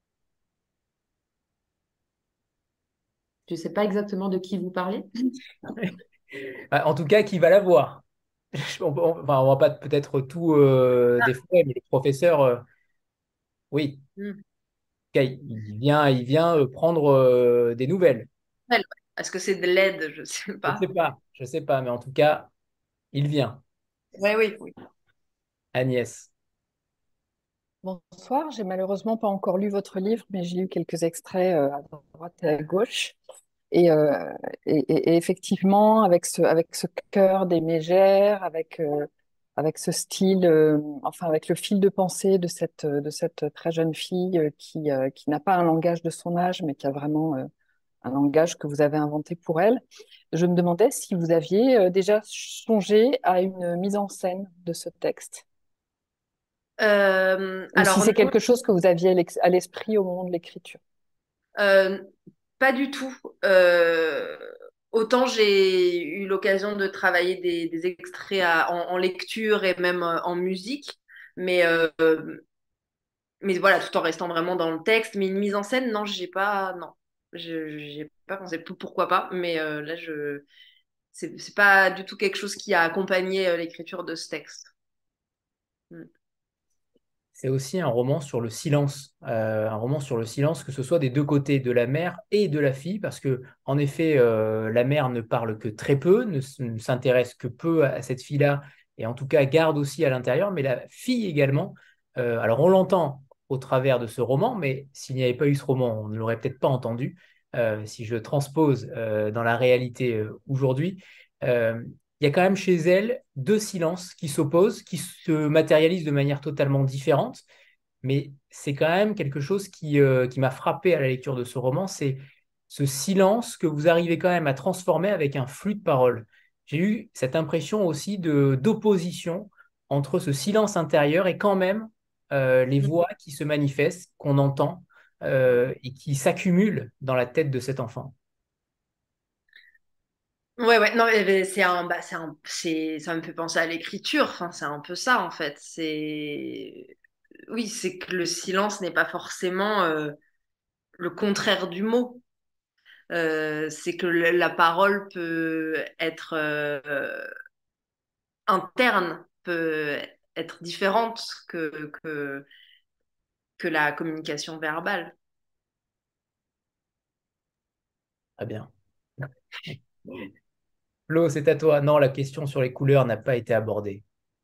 Je ne sais pas exactement de qui vous parlez. En tout cas, qui va la voir. On, on- enfin, on va pas peut-être tout euh, défouler, mais le professeur, euh, oui, Mm. en tout cas, il vient, il vient euh, prendre euh, des nouvelles. Elle, ouais. Est-ce que c'est de l'aide? Je sais Je sais pas. pas, je sais pas, mais en tout cas, il vient. Oui, oui, oui. Agnès. Bonsoir, j'ai malheureusement pas encore lu votre livre, mais j'ai lu quelques extraits euh, à droite et à gauche. Et, euh, et, et- et effectivement, avec ce, avec ce cœur des mégères, avec, euh, avec ce style, euh, enfin avec le fil de pensée de cette, de cette très jeune fille euh, qui, euh, qui n'a pas un langage de son âge, mais qui a vraiment euh, un langage que vous avez inventé pour elle, je me demandais si vous aviez euh, déjà songé à une mise en scène de ce texte. Euh, Ou si alors c'est non, quelque chose que vous aviez à l'ex- à l'esprit au moment de l'écriture. euh, pas du tout. Euh, autant j'ai eu l'occasion de travailler des, des extraits à- en, en lecture et même euh, en musique, mais euh, mais voilà, tout en restant vraiment dans le texte. Mais une mise en scène, non, j'ai pas, non, je j'ai pas pensé. P- Pourquoi pas? Mais euh, là, je, c'est c'est pas du tout quelque chose qui a accompagné euh, l'écriture de ce texte. Mm. C'est aussi un roman sur le silence, euh, un roman sur le silence, que ce soit des deux côtés, de la mère et de la fille, parce que en effet, euh, la mère ne parle que très peu, ne, s- ne s'intéresse que peu à, à cette fille-là, et en tout cas garde aussi à l'intérieur, mais la fille également. Euh, alors on l'entend au travers de ce roman, mais s'il n'y avait pas eu ce roman, on ne l'aurait peut-être pas entendu. Euh, si je transpose euh, dans la réalité euh, aujourd'hui, euh, il y a quand même chez elle deux silences qui s'opposent, qui se matérialisent de manière totalement différente, mais c'est quand même quelque chose qui, euh, qui m'a frappé à la lecture de ce roman, c'est ce silence que vous arrivez quand même à transformer avec un flux de paroles. J'ai eu cette impression aussi de d'opposition entre ce silence intérieur et quand même euh, les voix qui se manifestent, qu'on entend euh, et qui s'accumulent dans la tête de cet enfant. Ouais, ouais, non, mais mais c'est un, bah, c'est un, c'est, ça me fait penser à l'écriture. Enfin, c'est un peu ça en fait. C'est, oui, c'est que le silence n'est pas forcément euh, le contraire du mot. Euh, c'est que le- la parole peut être euh, interne, peut être différente que, que, que la communication verbale. Très bien. Flo, c'est à toi. Non, la question sur les couleurs n'a pas été abordée.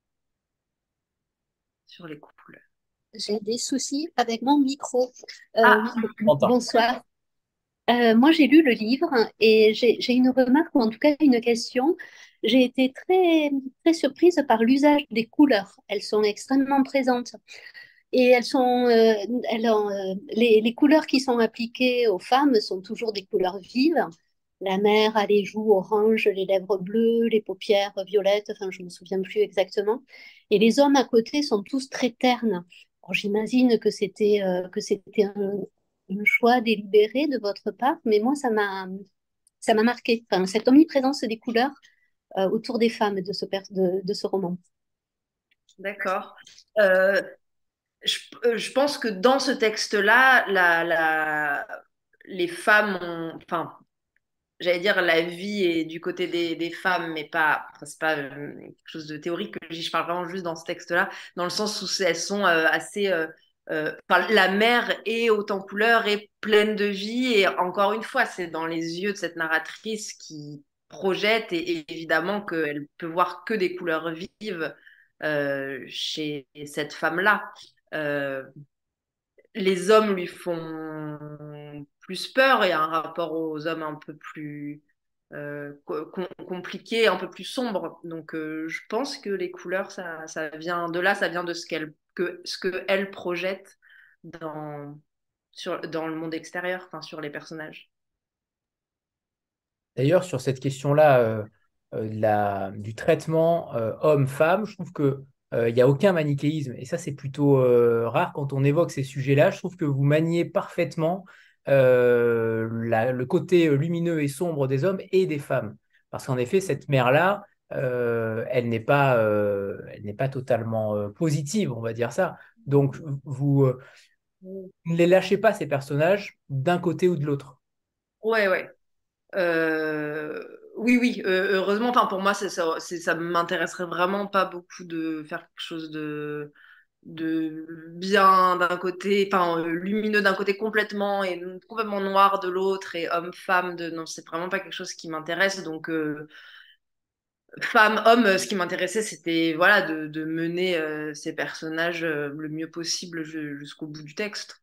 Sur les couples. J'ai des soucis avec mon micro. Euh, Ah, oui, bon- Quentin. bonsoir. Euh, moi, j'ai lu le livre et j'ai j'ai une remarque ou en tout cas une question. J'ai été très, très surprise par l'usage des couleurs. Elles sont extrêmement présentes et elles sont, euh, elles ont, euh, les, les couleurs qui sont appliquées aux femmes sont toujours des couleurs vives. La mère a les joues oranges, les lèvres bleues, les paupières violettes, enfin, je ne me souviens plus exactement. Et les hommes à côté sont tous très ternes. Alors, j'imagine que c'était euh, que c'était un, un choix délibéré de votre part, mais moi, ça m'a ça m'a marqué. Enfin, cette omniprésence des couleurs euh, autour des femmes de ce, per- de, de ce roman. d'accord. Euh, je, euh, je pense que dans ce texte-là, la, la, les femmes ont, enfin, j'allais dire la vie est du côté des, des femmes, mais pas, enfin, c'est pas euh, quelque chose de théorique que je dis, je parle vraiment juste dans ce texte-là, dans le sens où c'est- elles sont euh, assez, euh, euh, enfin, la mer est haute en couleurs et pleine de vie, et encore une fois, c'est dans les yeux de cette narratrice qui projette, et, et évidemment qu'elle peut voir que des couleurs vives euh, chez cette femme-là. Euh, les hommes lui font plus peur et un rapport aux hommes un peu plus euh, com- compliqué, un peu plus sombre. Donc euh, je pense que les couleurs, ça, ça vient de là, ça vient de ce qu'elle que, ce que elle projette dans, sur, dans le monde extérieur, enfin sur les personnages. D'ailleurs, sur cette question-là euh, euh, de la- du traitement euh, homme-femme, je trouve que euh, il n'y a aucun manichéisme. Et ça, c'est plutôt euh, rare quand on évoque ces sujets-là. Je trouve que vous maniez parfaitement euh, la- le côté lumineux et sombre des hommes et des femmes. Parce qu'en effet, cette mère-là, euh, elle n'est pas, euh, elle n'est pas totalement euh, positive, on va dire ça. Donc, vous euh, ne les lâchez pas, ces personnages, d'un côté ou de l'autre. Ouais, ouais. Euh, oui, oui, euh, heureusement, enfin, pour moi, c'est, ça, c'est, ça m'intéresserait vraiment pas beaucoup de faire quelque chose de, de bien d'un côté, enfin, euh, lumineux d'un côté complètement et complètement noir de l'autre et homme-femme de... Non, c'est vraiment pas quelque chose qui m'intéresse. Donc, euh, femme-homme, euh, ce qui m'intéressait, c'était voilà, de, de mener euh, ces personnages euh, le mieux possible ju- jusqu'au bout du texte.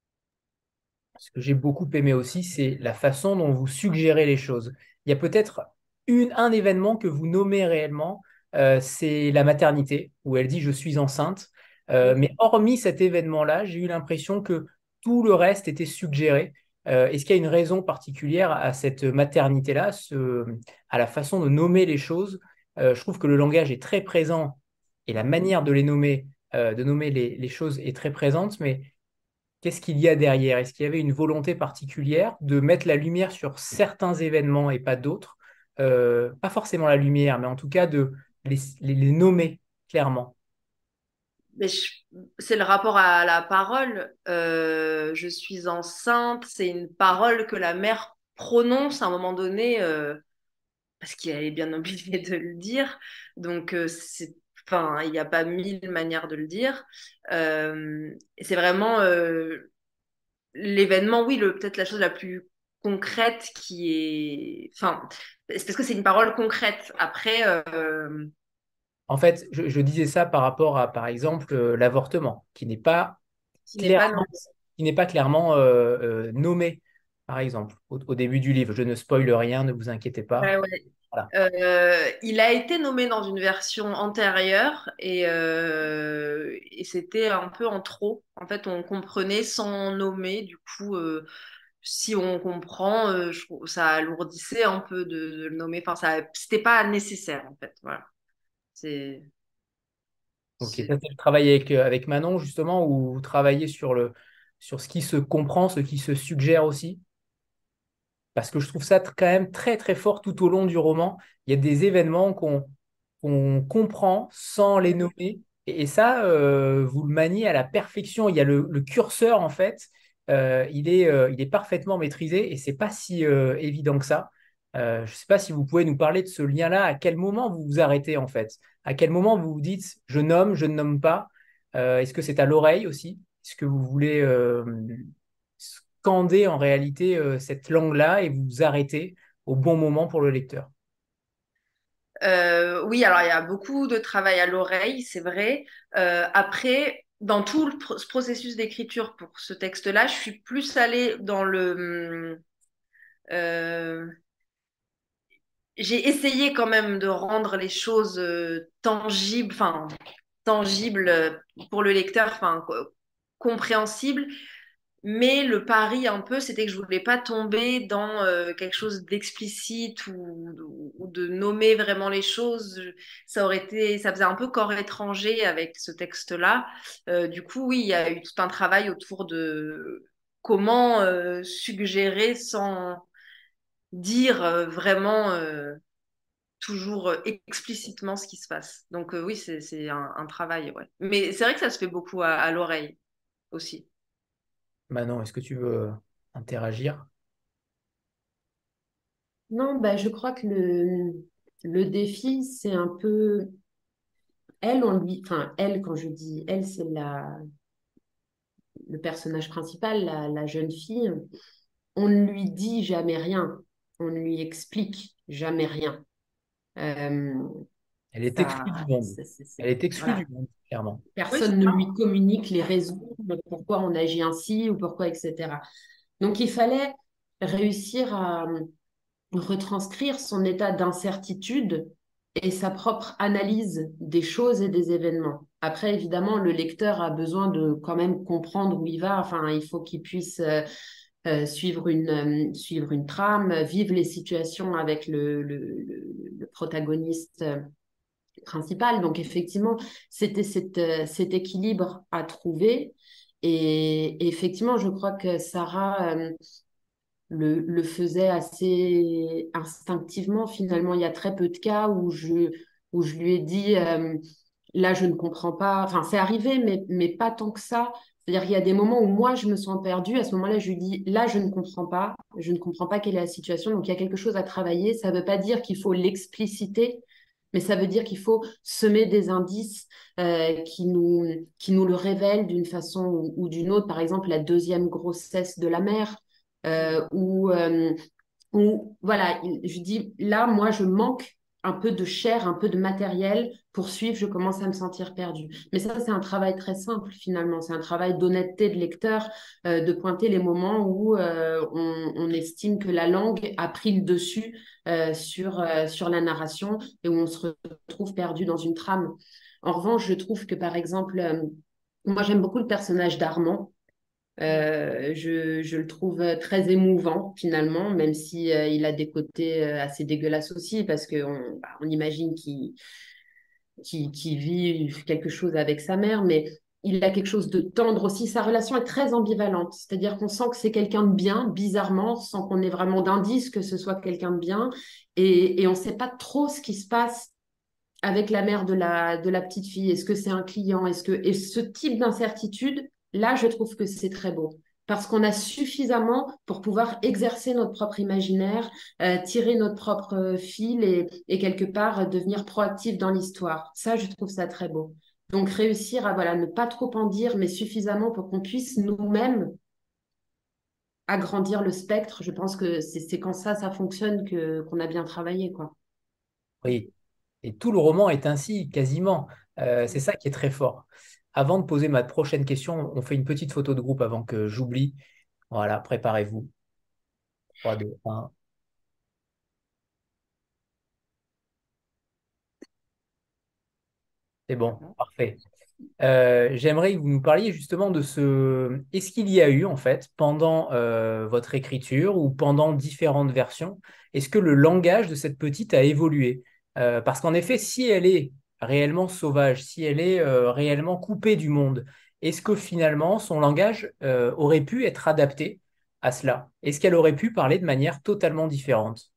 Ce que j'ai beaucoup aimé aussi, c'est la façon dont vous suggérez les choses. Il y a peut-être une, un événement que vous nommez réellement, euh, c'est la maternité, où elle dit je suis enceinte. Euh, mais hormis cet événement-là, j'ai eu l'impression que tout le reste était suggéré. Euh, est-ce qu'il y a une raison particulière à cette maternité-là, ce- à la façon de nommer les choses? Euh, je trouve que le langage est très présent et la manière de les nommer, euh, de nommer les, les choses est très présente, mais qu'est-ce qu'il y a derrière? Est-ce qu'il y avait une volonté particulière de mettre la lumière sur certains événements et pas d'autres? Euh, pas forcément la lumière, mais en tout cas de les, les- les nommer clairement. mais je- c'est le rapport à la parole. Euh, je suis enceinte, c'est une parole que la mère prononce à un moment donné, euh, parce qu'elle est bien obligée de le dire. Donc, euh, c'est, enfin, il n'y a pas mille manières de le dire. Euh, et c'est vraiment euh, l'événement, oui, le, peut-être la chose la plus concrète qui est. Enfin, c'est parce que c'est une parole concrète. Après, euh, En fait, je, je disais ça par rapport à, par exemple, euh, l'avortement, qui n'est pas qui n'est pas non. clairement, qui n'est pas clairement euh, euh, nommé, par exemple, au, au début du livre. Je ne spoile rien, ne vous inquiétez pas. Ouais, ouais. Voilà. Euh, il a été nommé dans une version antérieure et, euh, et c'était un peu en trop. En fait, on comprenait sans nommer. Du coup, euh, si on comprend, euh, je trouve- ça alourdissait un peu de, de le nommer. Enfin, ça, c'était pas nécessaire en fait. Voilà. C'est, Ok, c'est- ça c'est le travail avec, euh, avec Manon, justement, où vous travaillez sur le, sur ce qui se comprend, ce qui se suggère aussi. Parce que je trouve ça tr- quand même très très fort tout au long du roman. Il y a des événements qu'on qu'on comprend sans les nommer. Et, et ça, euh, vous le maniez à la perfection. Il y a le, le curseur, en fait, euh, il est, euh, il est parfaitement maîtrisé et c'est pas si euh, évident que ça. Euh, je ne sais pas si vous pouvez nous parler de ce lien-là. À quel moment vous vous arrêtez, en fait? À quel moment vous vous dites, je nomme, je ne nomme pas? Euh, est-ce que c'est à l'oreille aussi? Est-ce que vous voulez euh, scander en réalité euh, cette langue-là et vous arrêtez au bon moment pour le lecteur? Euh, oui, alors il y a beaucoup de travail à l'oreille, c'est vrai. Euh, après, dans tout le pro- ce processus d'écriture pour ce texte-là, je suis plus allée dans le... hum, euh, j'ai essayé quand même de rendre les choses euh, tangibles, enfin tangibles euh, pour le lecteur, enfin co- compréhensibles. Mais le pari un peu, c'était que je voulais pas tomber dans euh, quelque chose d'explicite ou, ou de nommer vraiment les choses. Je- Ça aurait été, ça faisait un peu corps étranger avec ce texte-là. Euh, du coup, oui, il y a eu tout un travail autour de comment euh, suggérer sans dire euh, vraiment euh, toujours euh, explicitement ce qui se passe. Donc euh, oui, c'est c'est un, un travail, ouais. Mais c'est vrai que ça se fait beaucoup à, à l'oreille aussi. Manon, est-ce que tu veux euh, interagir? Non, bah, je crois que le, le défi, c'est un peu elle, on lui, enfin elle, quand je dis elle, c'est la, le personnage principal, la, la jeune fille. On ne lui dit jamais rien, on ne lui explique jamais rien. Euh, Elle est exclue du ça, monde. c'est- c'est- c'est- Elle est exclue du voilà. monde, clairement. Oui, c'est Personne ne ça. lui communique les raisons de pourquoi on agit ainsi ou pourquoi, et cetera. Donc il fallait réussir à retranscrire son état d'incertitude et sa propre analyse des choses et des événements. Après, évidemment, le lecteur a besoin de quand même comprendre où il va. Enfin, il faut qu'il puisse euh, euh, suivre une, euh, suivre une trame, vivre les situations avec le, le, le, le protagoniste euh, principal. Donc, effectivement, c'était cet, euh, cet équilibre à trouver. Et, et effectivement, je crois que Sarah euh, le, le faisait assez instinctivement. Finalement, il y a très peu de cas où je, où je lui ai dit, euh, là, je ne comprends pas. Enfin, c'est arrivé, mais, mais pas tant que ça. C'est-à-dire qu'il y a des moments où moi, je me sens perdue. À ce moment-là, je lui dis, là, je ne comprends pas. Je ne comprends pas quelle est la situation. Donc, il y a quelque chose à travailler. Ça ne veut pas dire qu'il faut l'expliciter, mais ça veut dire qu'il faut semer des indices euh, qui nous, qui nous le révèlent d'une façon ou, ou d'une autre. Par exemple, la deuxième grossesse de la mère, euh, ou euh, où, voilà, je dis, là, moi, je manque un peu de chair, un peu de matériel pour suivre, je commence à me sentir perdue. Mais ça, c'est un travail très simple, finalement. C'est un travail d'honnêteté de lecteur, euh, de pointer les moments où euh, on, on estime que la langue a pris le dessus euh, sur, euh, sur la narration et où on se retrouve perdu dans une trame. En revanche, je trouve que, par exemple, euh, moi, j'aime beaucoup le personnage d'Armand. Euh, je, je le trouve très émouvant finalement, même si euh, il a des côtés euh, assez dégueulasses aussi, parce qu'on bah, on imagine qu'il qu'il qu'il vit quelque chose avec sa mère, mais il a quelque chose de tendre aussi. Sa relation est très ambivalente, c'est-à-dire qu'on sent que c'est quelqu'un de bien, bizarrement, sans qu'on ait vraiment d'indice que ce soit quelqu'un de bien, et, et on ne sait pas trop ce qui se passe avec la mère de la, de la petite fille? Est-ce que c'est un client? Est-ce que... Et ce type d'incertitude, là, je trouve que c'est très beau. Parce qu'on a suffisamment pour pouvoir exercer notre propre imaginaire, euh, tirer notre propre euh, fil et, et quelque part euh, devenir proactif dans l'histoire. Ça, je trouve ça très beau. Donc réussir à voilà, ne pas trop en dire, mais suffisamment pour qu'on puisse nous-mêmes agrandir le spectre. Je pense que c'est c'est quand ça, ça fonctionne que qu'on a bien travaillé, quoi. Oui, et tout le roman est ainsi, quasiment. Euh, c'est ça qui est très fort. Avant de poser ma prochaine question, on fait une petite photo de groupe avant que j'oublie. Voilà, préparez-vous. Trois, deux, un. C'est bon, parfait. Euh, j'aimerais que vous nous parliez justement de ce... Est-ce qu'il y a eu, en fait, pendant euh, votre écriture ou pendant différentes versions, est-ce que le langage de cette petite a évolué? Euh, parce qu'en effet, si elle est réellement sauvage, si elle est euh, réellement coupée du monde, est-ce que finalement son langage euh, aurait pu être adapté à cela? Est-ce qu'elle aurait pu parler de manière totalement différente?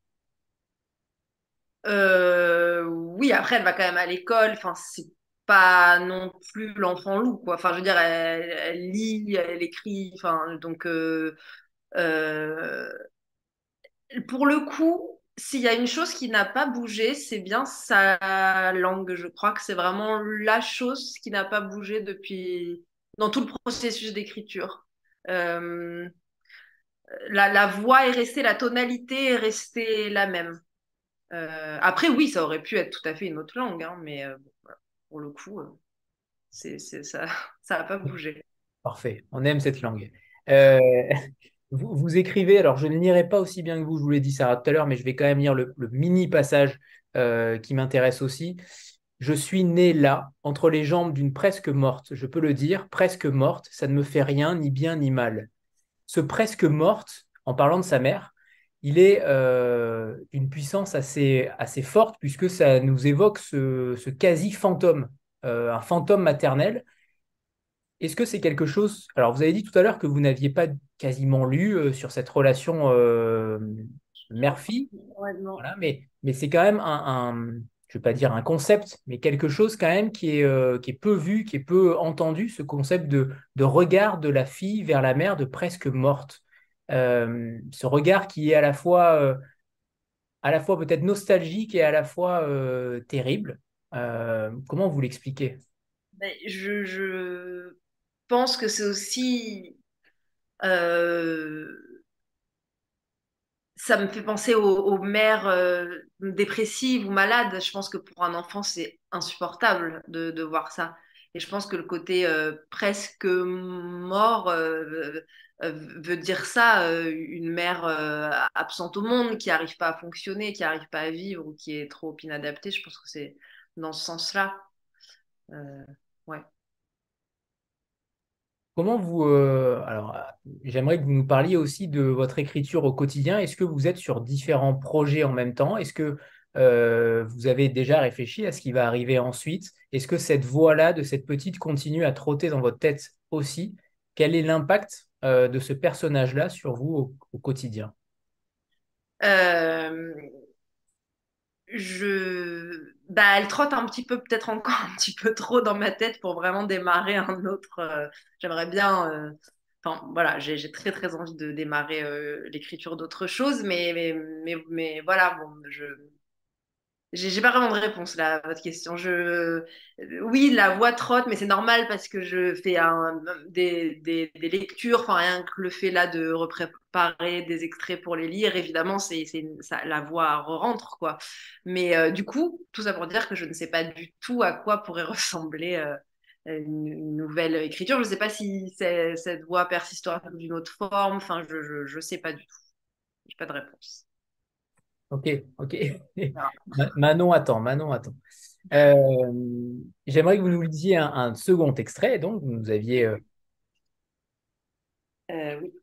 Euh, oui, après, elle va quand même à l'école. Enfin, c'est pas non plus l'enfant loup, quoi. Enfin, je veux dire, elle, elle lit, elle écrit. Enfin, donc, euh, euh, pour le coup, s'il y a une chose qui n'a pas bougé, c'est bien sa langue. Je crois que c'est vraiment la chose qui n'a pas bougé depuis dans tout le processus d'écriture. Euh, la, la voix est restée, la tonalité est restée la même. Euh, après, oui, ça aurait pu être tout à fait une autre langue, hein, mais euh, bon, voilà. Pour le coup, euh, c'est, c'est, ça ça n'a pas bougé. Parfait, on aime cette langue. Euh, vous, vous écrivez, alors je ne lirai pas aussi bien que vous, je vous l'ai dit Sarah tout à l'heure, mais je vais quand même lire le, le mini passage euh, qui m'intéresse aussi. Je suis né là, entre les jambes d'une presque morte, je peux le dire, presque morte, ça ne me fait rien, ni bien ni mal. Ce presque morte, en parlant de sa mère, il est euh, d'une puissance assez, assez forte puisque ça nous évoque ce, ce quasi-fantôme, euh, un fantôme maternel. Est-ce que c'est quelque chose... Alors, vous avez dit tout à l'heure que vous n'aviez pas quasiment lu euh, sur cette relation euh, mère-fille, Ouais, non. voilà, mais, mais c'est quand même un, un- je ne vais pas dire un concept, mais quelque chose quand même qui est, euh, qui est peu vu, qui est peu entendu, ce concept de, de regard de la fille vers la mère de presque morte. Euh, ce regard qui est à la fois, euh, à la fois peut-être nostalgique et à la fois euh, terrible. Euh, comment vous l'expliquez? Mais je, je pense que c'est aussi... euh, ça me fait penser aux, aux mères euh, dépressives ou malades. Je pense que pour un enfant, c'est insupportable de, de voir ça. Et je pense que le côté euh, presque mort euh, euh, veut dire ça, euh, une mère euh, absente au monde, qui n'arrive pas à fonctionner, qui n'arrive pas à vivre ou qui est trop inadaptée. Je pense que c'est dans ce sens-là. Euh, ouais. Comment vous... euh, alors, euh, j'aimerais que vous nous parliez aussi de votre écriture au quotidien. Est-ce que vous êtes sur différents projets en même temps? Est-ce que euh, vous avez déjà réfléchi à ce qui va arriver ensuite? Est-ce que cette voix-là de cette petite continue à trotter dans votre tête aussi? Quel est l'impact euh, de ce personnage-là sur vous au, au quotidien? Euh, je bah elle trotte un petit peu peut-être encore un petit peu trop dans ma tête pour vraiment démarrer un autre euh, j'aimerais bien euh, enfin voilà j'ai j'ai très très envie de démarrer euh, l'écriture d'autres choses mais mais mais, mais voilà bon je j'ai j'ai pas vraiment de réponse là à votre question. Je, oui, la voix trotte, mais c'est normal parce que je fais un, des, des, des lectures. Enfin, rien que le fait là de repréparer des extraits pour les lire, évidemment, c'est, c'est ça, la voix rentre quoi. Mais euh, du coup, tout ça pour dire que je ne sais pas du tout à quoi pourrait ressembler euh, une, une nouvelle écriture. Je ne sais pas si c'est- cette voix persistera sous une autre forme. Enfin, je, je, je sais pas du tout. J'ai pas de réponse. Ok, ok. Voilà. Ma- Manon attend, Manon attend. Euh, J'aimerais que vous nous lisiez un, un second extrait. Donc, vous nous aviez... euh, Euh, oui.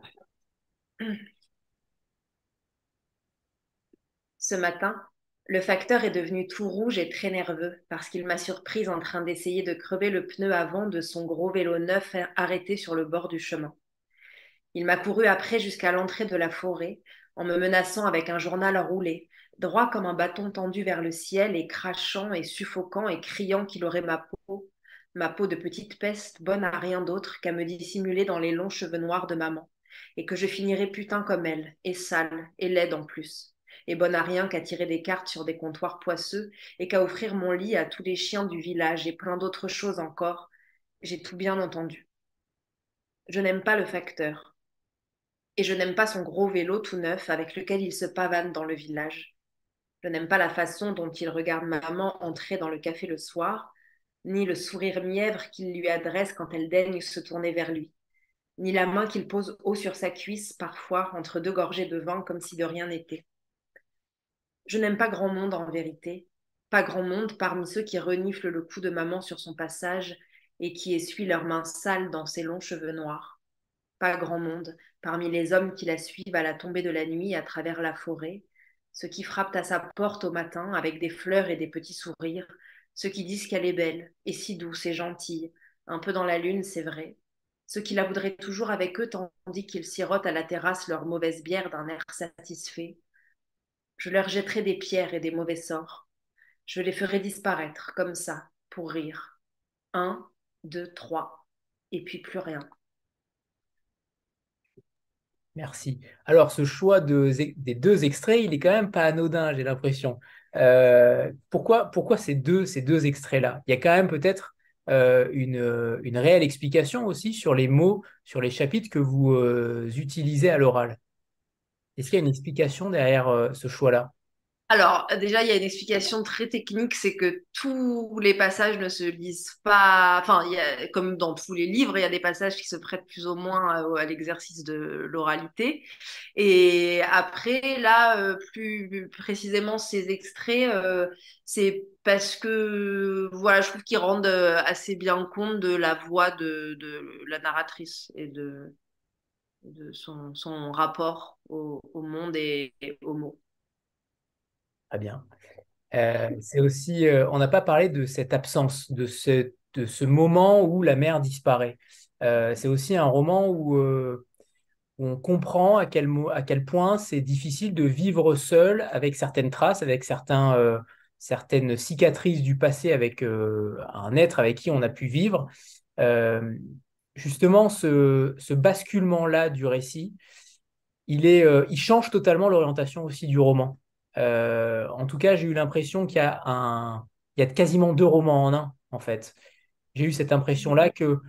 Ce matin, le facteur est devenu tout rouge et très nerveux parce qu'il m'a surprise en train d'essayer de crever le pneu avant de son gros vélo neuf arrêté sur le bord du chemin. Il m'a couru après jusqu'à l'entrée de la forêt en me menaçant avec un journal roulé, droit comme un bâton tendu vers le ciel et crachant et suffoquant et criant qu'il aurait ma peau, ma peau de petite peste, bonne à rien d'autre qu'à me dissimuler dans les longs cheveux noirs de maman, et que je finirais putain comme elle, et sale, et laide en plus, et bonne à rien qu'à tirer des cartes sur des comptoirs poisseux, et qu'à offrir mon lit à tous les chiens du village, et plein d'autres choses encore. J'ai tout bien entendu. Je n'aime pas le facteur, et je n'aime pas son gros vélo tout neuf avec lequel il se pavane dans le village. Je n'aime pas la façon dont il regarde maman entrer dans le café le soir, ni le sourire mièvre qu'il lui adresse quand elle daigne se tourner vers lui, ni la main qu'il pose haut sur sa cuisse, parfois entre deux gorgées de vin comme si de rien n'était. Je n'aime pas grand monde en vérité, pas grand monde parmi ceux qui reniflent le cou de maman sur son passage et qui essuient leurs mains sales dans ses longs cheveux noirs. Pas grand monde parmi les hommes qui la suivent à la tombée de la nuit à travers la forêt, ceux qui frappent à sa porte au matin avec des fleurs et des petits sourires, ceux qui disent qu'elle est belle et si douce et gentille, un peu dans la lune, c'est vrai, ceux qui la voudraient toujours avec eux tandis qu'ils sirotent à la terrasse leur mauvaise bière d'un air satisfait. Je leur jetterai des pierres et des mauvais sorts. Je les ferai disparaître, comme ça, pour rire. Un, deux, trois, et puis plus rien. Merci. Alors, ce choix de, des deux extraits, il est quand même pas anodin, j'ai l'impression. Euh, pourquoi, pourquoi ces deux, ces deux extraits-là? Il y a quand même peut-être euh, une, une réelle explication aussi sur les mots, sur les chapitres que vous euh, utilisez à l'oral. Est-ce qu'il y a une explication derrière euh, ce choix-là? Alors, déjà, il y a une explication très technique, c'est que tous les passages ne se lisent pas, enfin, il y a, comme dans tous les livres, il y a des passages qui se prêtent plus ou moins à, à l'exercice de l'oralité. Et après, là, euh, plus précisément, ces extraits, euh, c'est parce que, voilà, je trouve qu'ils rendent euh, assez bien compte de la voix de, de la narratrice et de, de son, son rapport au, au monde et, et aux mots. Très bien. Euh, c'est aussi, euh, on n'a pas parlé de cette absence, de ce, de ce moment où la mère disparaît. Euh, c'est aussi un roman où, euh, où on comprend à quel, mo- à quel point c'est difficile de vivre seul avec certaines traces, avec certains, euh, certaines cicatrices du passé, avec euh, un être avec qui on a pu vivre. Euh, Justement, ce, ce basculement-là du récit, il est, euh, il change totalement l'orientation aussi du roman. Euh, en tout cas, j'ai eu l'impression qu'il y a un, il y a quasiment deux romans en un, en fait. J'ai eu cette impression-là que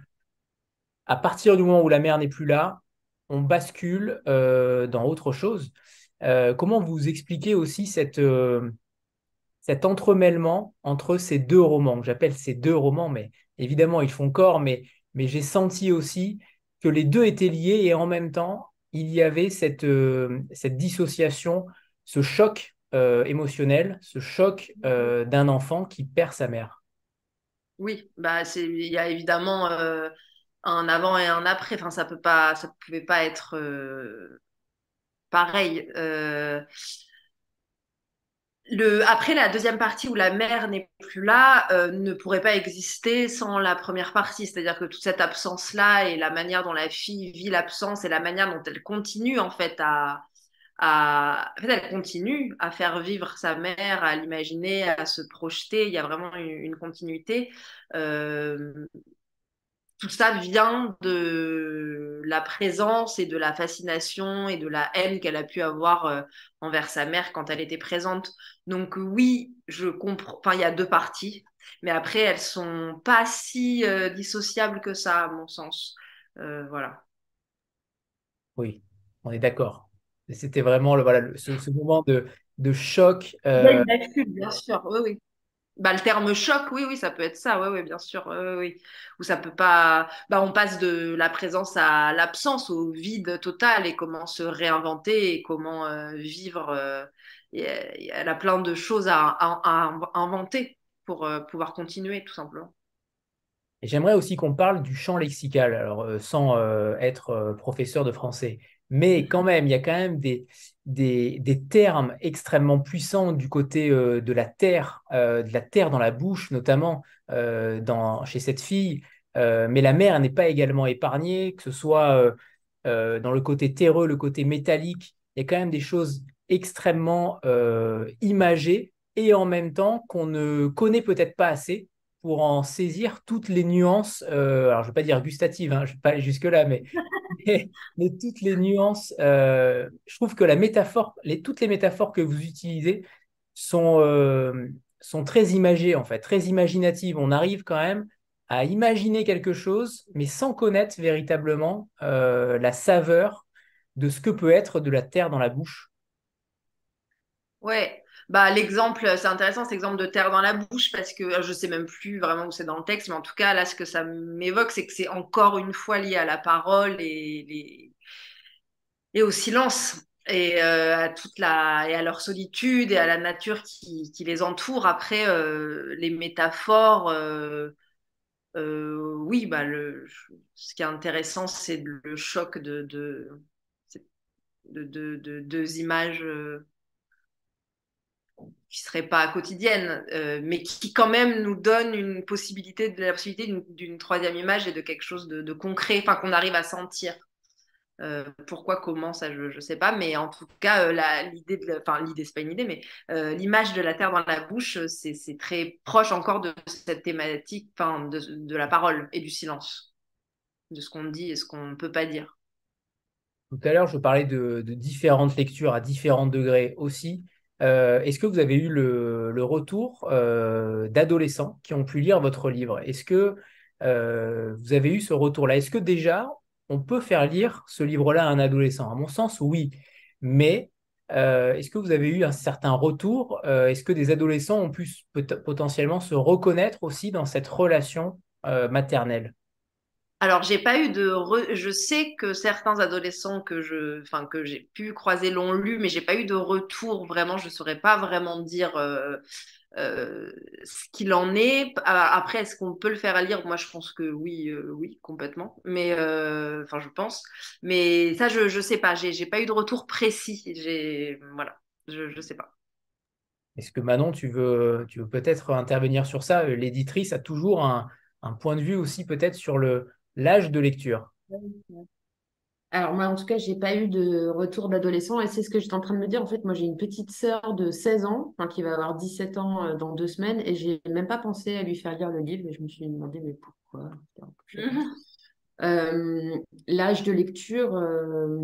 à partir du moment où la mère n'est plus là, on bascule euh, dans autre chose. Euh, comment vous expliquez aussi cette, euh, cet entremêlement entre ces deux romans, que j'appelle ces deux romans, mais évidemment, ils font corps, mais, mais j'ai senti aussi que les deux étaient liés et en même temps, il y avait cette, euh, cette dissociation, ce choc euh, émotionnel, ce choc euh, d'un enfant qui perd sa mère. Oui, bah c'est il y a évidemment euh, un avant et un après. Enfin, ça peut pas, ça pouvait pas être euh, pareil. Euh, le après la deuxième partie où la mère n'est plus là euh, ne pourrait pas exister sans la première partie. C'est-à-dire que toute cette absence-là et la manière dont la fille vit l'absence et la manière dont elle continue en fait à à, en fait, elle continue à faire vivre sa mère, à l'imaginer, à se projeter. Il y a vraiment une, une continuité. Euh, Tout ça vient de la présence et de la fascination et de la haine qu'elle a pu avoir euh, envers sa mère quand elle était présente. Donc oui, je comprends. Enfin, il y a deux parties, mais après, elles sont pas si euh, dissociables que ça, à mon sens. Euh, voilà. Oui, on est d'accord. C'était vraiment le, voilà, le- ce, ce moment de, de choc. Il y a euh, une bascule, bien sûr. Oui, oui. Bah, le terme choc, oui, oui, ça peut être ça, oui, oui, bien sûr, oui, oui, oui. Ou ça peut pas. Bah, on passe de la présence à l'absence, au vide total, et comment se réinventer et comment euh, vivre. euh, et, et elle a plein de choses à, à- à inventer pour euh, pouvoir continuer, tout simplement. Et j'aimerais aussi qu'on parle du champ lexical, alors euh, sans euh, être euh, professeur de français, mais quand même, il y a quand même des, des, des termes extrêmement puissants du côté euh, de la terre, euh, de la terre dans la bouche, notamment euh, dans, chez cette fille. Euh, mais la mère n'est pas également épargnée, que ce soit euh, euh, dans le côté terreux, le côté métallique. il y a quand même des choses extrêmement euh, imagées et en même temps qu'on ne connaît peut-être pas assez pour en saisir toutes les nuances. Euh, alors, je ne vais pas dire gustatives, hein, je ne vais pas aller jusque-là, mais, mais, mais toutes les nuances. Euh, je trouve que la métaphore, les, toutes les métaphores que vous utilisez sont, euh, sont très imagées, en fait, très imaginatives. On arrive quand même à imaginer quelque chose, mais sans connaître véritablement euh, la saveur de ce que peut être de la terre dans la bouche. Ouais, bah l'exemple, c'est intéressant cet exemple de terre dans la bouche parce que euh, je sais même plus vraiment où c'est dans le texte, mais en tout cas là, ce que ça m'évoque, c'est que c'est encore une fois lié à la parole et, les... et au silence et euh, à toute la et à leur solitude et à la nature qui, qui les entoure. Après, euh, les métaphores, euh, euh, oui, bah le ce qui est intéressant, c'est le choc de de de, de, de deux images. Euh, qui serait pas quotidienne, euh, mais qui quand même nous donne une possibilité, de la possibilité d'une, d'une troisième image et de quelque chose de, de concret, enfin qu'on arrive à sentir. Euh, pourquoi, comment, ça je ne sais pas, mais en tout cas, euh, la, l'idée, de, enfin l'idée, c'est pas une idée, mais euh, l'image de la terre dans la bouche, c'est, c'est très proche encore de cette thématique, enfin de, de la parole et du silence, de ce qu'on dit et ce qu'on ne peut pas dire. Tout à l'heure, je parlais de, de différentes lectures à différents degrés aussi. Euh, est-ce que vous avez eu le, le retour euh, d'adolescents qui ont pu lire votre livre? Est-ce que euh, vous avez eu ce retour-là? Est-ce que déjà, on peut faire lire ce livre-là à un adolescent? À mon sens, oui. Mais euh, est-ce que vous avez eu un certain retour? Euh, est-ce que des adolescents ont pu s- peut- potentiellement se reconnaître aussi dans cette relation euh, maternelle? Alors, j'ai pas eu de. Re- Je sais que certains adolescents que je, enfin que j'ai pu croiser l'ont lu, mais j'ai pas eu de retour vraiment. Je saurais pas vraiment dire euh, euh, ce qu'il en est. A- Après, est-ce qu'on peut le faire à lire? Moi, je pense que oui, euh, oui, complètement. Mais euh, enfin, je pense. Mais ça, je je sais pas. J'ai j'ai pas eu de retour précis. J'ai voilà. Je je sais pas. Est-ce que Manon, tu veux, tu veux peut-être intervenir sur ça? Euh, L'éditrice a toujours un, un point de vue aussi peut-être sur le, l'âge de lecture. Alors moi, en tout cas, j'ai pas eu de retour d'adolescent et c'est ce que j'étais en train de me dire. En fait, moi, j'ai une petite sœur de seize ans, enfin, qui va avoir dix-sept ans euh, dans deux semaines et j'ai même pas pensé à lui faire lire le livre et je me suis demandé, mais pourquoi? Je sais pas. Mhm. Euh, L'âge de lecture, euh,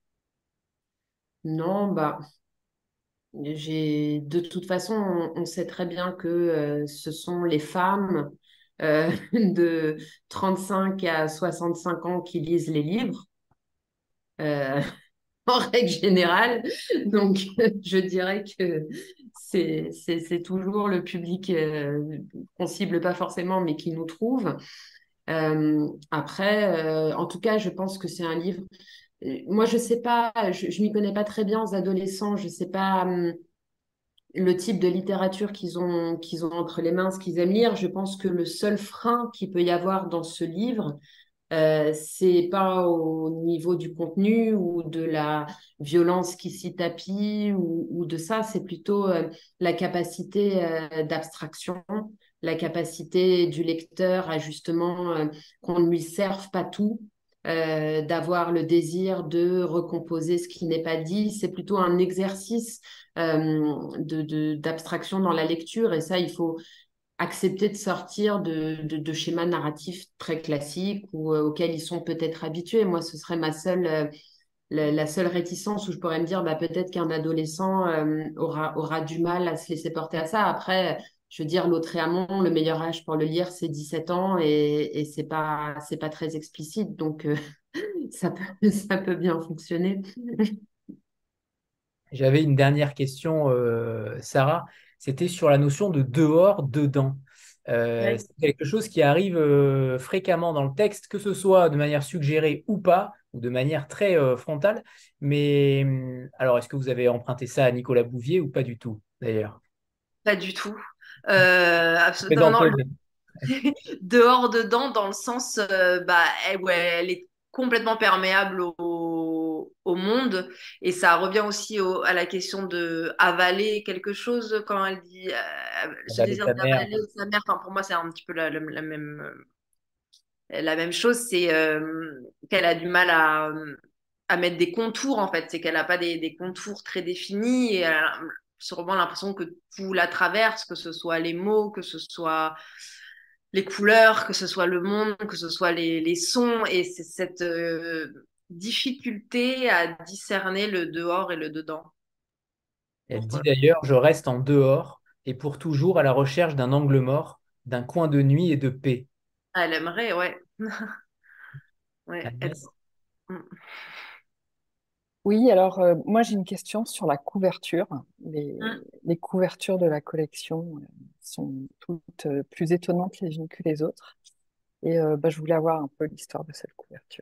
non, bah, j'ai de toute façon, on, on sait très bien que euh, ce sont les femmes euh, de trente-cinq à soixante-cinq ans qui lisent les livres. Euh, En règle générale. Donc, je dirais que c'est, c'est, c'est toujours le public euh, qu'on cible pas forcément, mais qui nous trouve. Euh, après, euh, en tout cas, je pense que c'est un livre. euh, Moi, je sais pas, je, je m'y connais pas très bien aux adolescents. Je sais pas hum, le type de littérature qu'ils ont, qu'ils ont entre les mains, ce qu'ils aiment lire. Je pense que le seul frein qu'il peut y avoir dans ce livre, euh, c'est pas au niveau du contenu ou de la violence qui s'y tapit ou, ou de ça, c'est plutôt euh, la capacité euh, d'abstraction, la capacité du lecteur à justement euh, qu'on ne lui serve pas tout, euh, d'avoir le désir de recomposer ce qui n'est pas dit. C'est plutôt un exercice euh, de, de, d'abstraction dans la lecture et ça, il faut accepter de sortir de, de, de schémas narratifs très classiques ou euh, auxquels ils sont peut-être habitués. Moi, ce serait ma seule, euh, la, la seule réticence où je pourrais me dire, bah, peut-être qu'un adolescent euh, aura, aura du mal à se laisser porter à ça. Après, je veux dire, l'autre et Amont, le meilleur âge pour le lire, c'est dix-sept ans et, et c'est pas, c'est pas très explicite. Donc, euh, ça peut, ça peut bien fonctionner. J'avais une dernière question, euh, Sarah. C'était sur la notion de dehors, dedans. Euh, Ouais. c'est quelque chose qui arrive euh, fréquemment dans le texte, que ce soit de manière suggérée ou pas, ou de manière très euh, frontale. Mais hum, alors, est-ce que vous avez emprunté ça à Nicolas Bouvier ou pas du tout, d'ailleurs? Pas du tout. Euh, absolument non. Présentez. Dehors, dedans, dans le sens, euh, bah, elle, ouais, elle est complètement perméable au, au monde. Et ça revient aussi au- à la question de avaler quelque chose quand elle dit euh, ce Avaler désir ta mère. d'avaler sa mère. Enfin, pour moi, c'est un petit peu la, la- la même, euh, la même chose. C'est euh, qu'elle a du mal à, à mettre des contours, en fait. C'est qu'elle n'a pas des, des contours très définis et elle a sûrement l'impression que tout la traverse, que ce soit les mots, que ce soit les couleurs, que ce soit le monde, que ce soit les, les sons. Et c'est cette euh, difficulté à discerner le dehors et le dedans. Elle Donc, dit voilà. d'ailleurs, je reste en dehors et pour toujours à la recherche d'un angle mort, d'un coin de nuit et de paix. Ah, elle aimerait, ouais. Ouais, elle... Agnès. Mm. Oui, alors euh, moi j'ai une question sur la couverture. Les, Mm. les couvertures de la collection euh, sont toutes euh, plus étonnantes les unes que les autres. Et euh, bah, je voulais avoir un peu l'histoire de cette couverture.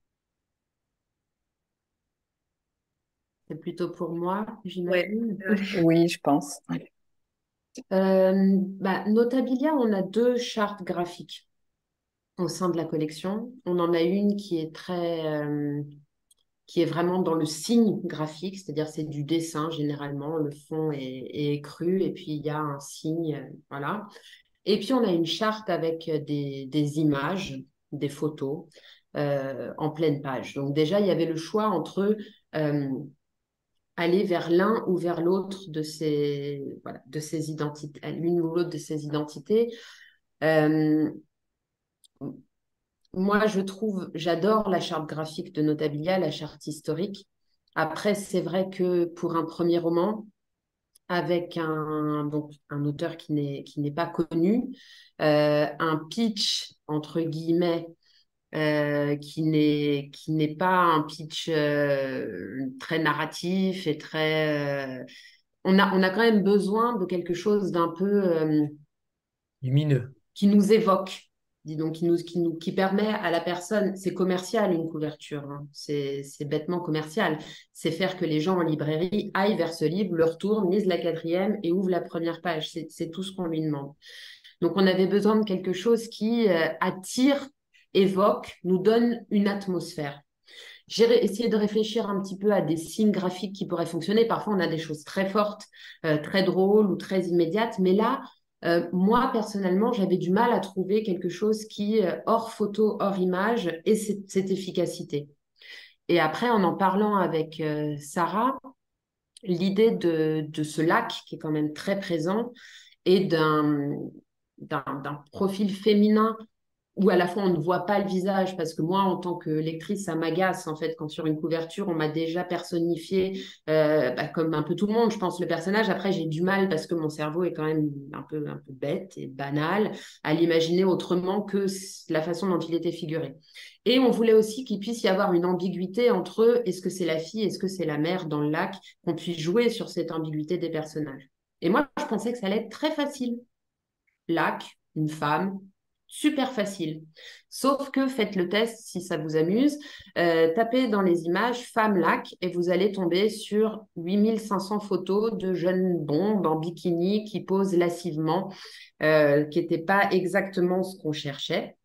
C'est plutôt pour moi, Ouais, j'imagine. ouais. Oui, je pense. Euh, bah, Notabilia, on a deux chartes graphiques au sein de la collection. On en a une qui est très, euh, qui est vraiment dans le signe graphique, c'est-à-dire c'est du dessin généralement, le fond est, est cru et puis il y a un signe, euh, voilà. Et puis on a une charte avec des, des images, des photos euh, en pleine page. Donc déjà, il y avait le choix entre euh, aller vers l'un ou vers l'autre de ces, voilà, de ces identités, l'une ou l'autre de ces identités. Euh, Moi, je trouve, j'adore la charte graphique de Notabilia, la charte historique. Après, c'est vrai que pour un premier roman, avec un, donc, un auteur qui n'est, qui n'est pas connu, euh, un pitch, entre guillemets, euh, qui n'est, qui n'est pas un pitch euh, très narratif et très... euh, on a, on a quand même besoin de quelque chose d'un peu... euh, Lumineux. qui nous évoque, dis donc, qui nous, qui nous, qui permet à la personne, c'est commercial une couverture, hein. c'est, c'est bêtement commercial, c'est faire que les gens en librairie aillent vers ce livre, le retournent, lisent la quatrième et ouvrent la première page, c'est, c'est tout ce qu'on lui demande. Donc on avait besoin de quelque chose qui euh, attire, évoque, nous donne une atmosphère. J'ai essayé de réfléchir un petit peu à des signes graphiques qui pourraient fonctionner. Parfois, on a des choses très fortes, euh, très drôles ou très immédiates. Mais là, euh, moi, personnellement, j'avais du mal à trouver quelque chose qui, euh, hors photo, hors image, ait cette, cette efficacité. Et après, en en parlant avec euh, Sarah, l'idée de, de ce lac qui est quand même très présent et d'un, d'un, d'un profil féminin où à la fois on ne voit pas le visage, parce que moi, en tant que lectrice, ça m'agace, en fait, quand sur une couverture, on m'a déjà personnifié, euh, bah, comme un peu tout le monde, je pense, le personnage. Après, j'ai du mal, parce que mon cerveau est quand même un peu, un peu bête et banal, à l'imaginer autrement que la façon dont il était figuré. Et on voulait aussi qu'il puisse y avoir une ambiguïté entre est-ce que c'est la fille, est-ce que c'est la mère dans le lac, qu'on puisse jouer sur cette ambiguïté des personnages. Et moi, je pensais que ça allait être très facile. Lac, une femme, super facile. Sauf que faites le test si ça vous amuse. Euh, tapez dans les images femme lac et vous allez tomber sur huit mille cinq cents photos de jeunes bombes en bikini qui posent lascivement, euh, qui n'étaient pas exactement ce qu'on cherchait.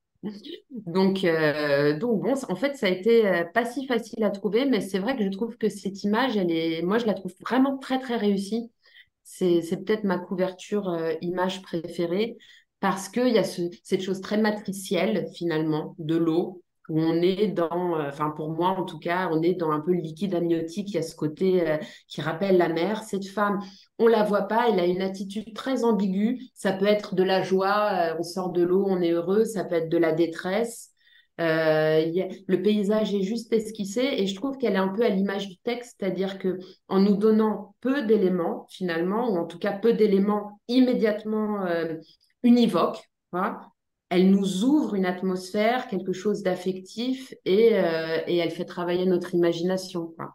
Donc, euh, donc bon, en fait, ça a été euh, pas si facile à trouver, mais c'est vrai que je trouve que cette image, elle est, moi, je la trouve vraiment très, très réussie. C'est, c'est peut-être ma couverture euh, image préférée parce qu'il y a ce, cette chose très matricielle finalement de l'eau où on est dans, euh, enfin pour moi en tout cas, on est dans un peu le liquide amniotique. Il y a ce côté euh, qui rappelle la mer. Cette femme, on la voit pas, elle a une attitude très ambiguë. Ça peut être de la joie, euh, on sort de l'eau, on est heureux. Ça peut être de la détresse. Euh, y a- le paysage est juste esquissé et je trouve qu'elle est un peu à l'image du texte, c'est-à-dire que en nous donnant peu d'éléments finalement, ou en tout cas peu d'éléments immédiatement euh, univoques, voilà, elle nous ouvre une atmosphère, quelque chose d'affectif et, euh, et elle fait travailler notre imagination, quoi.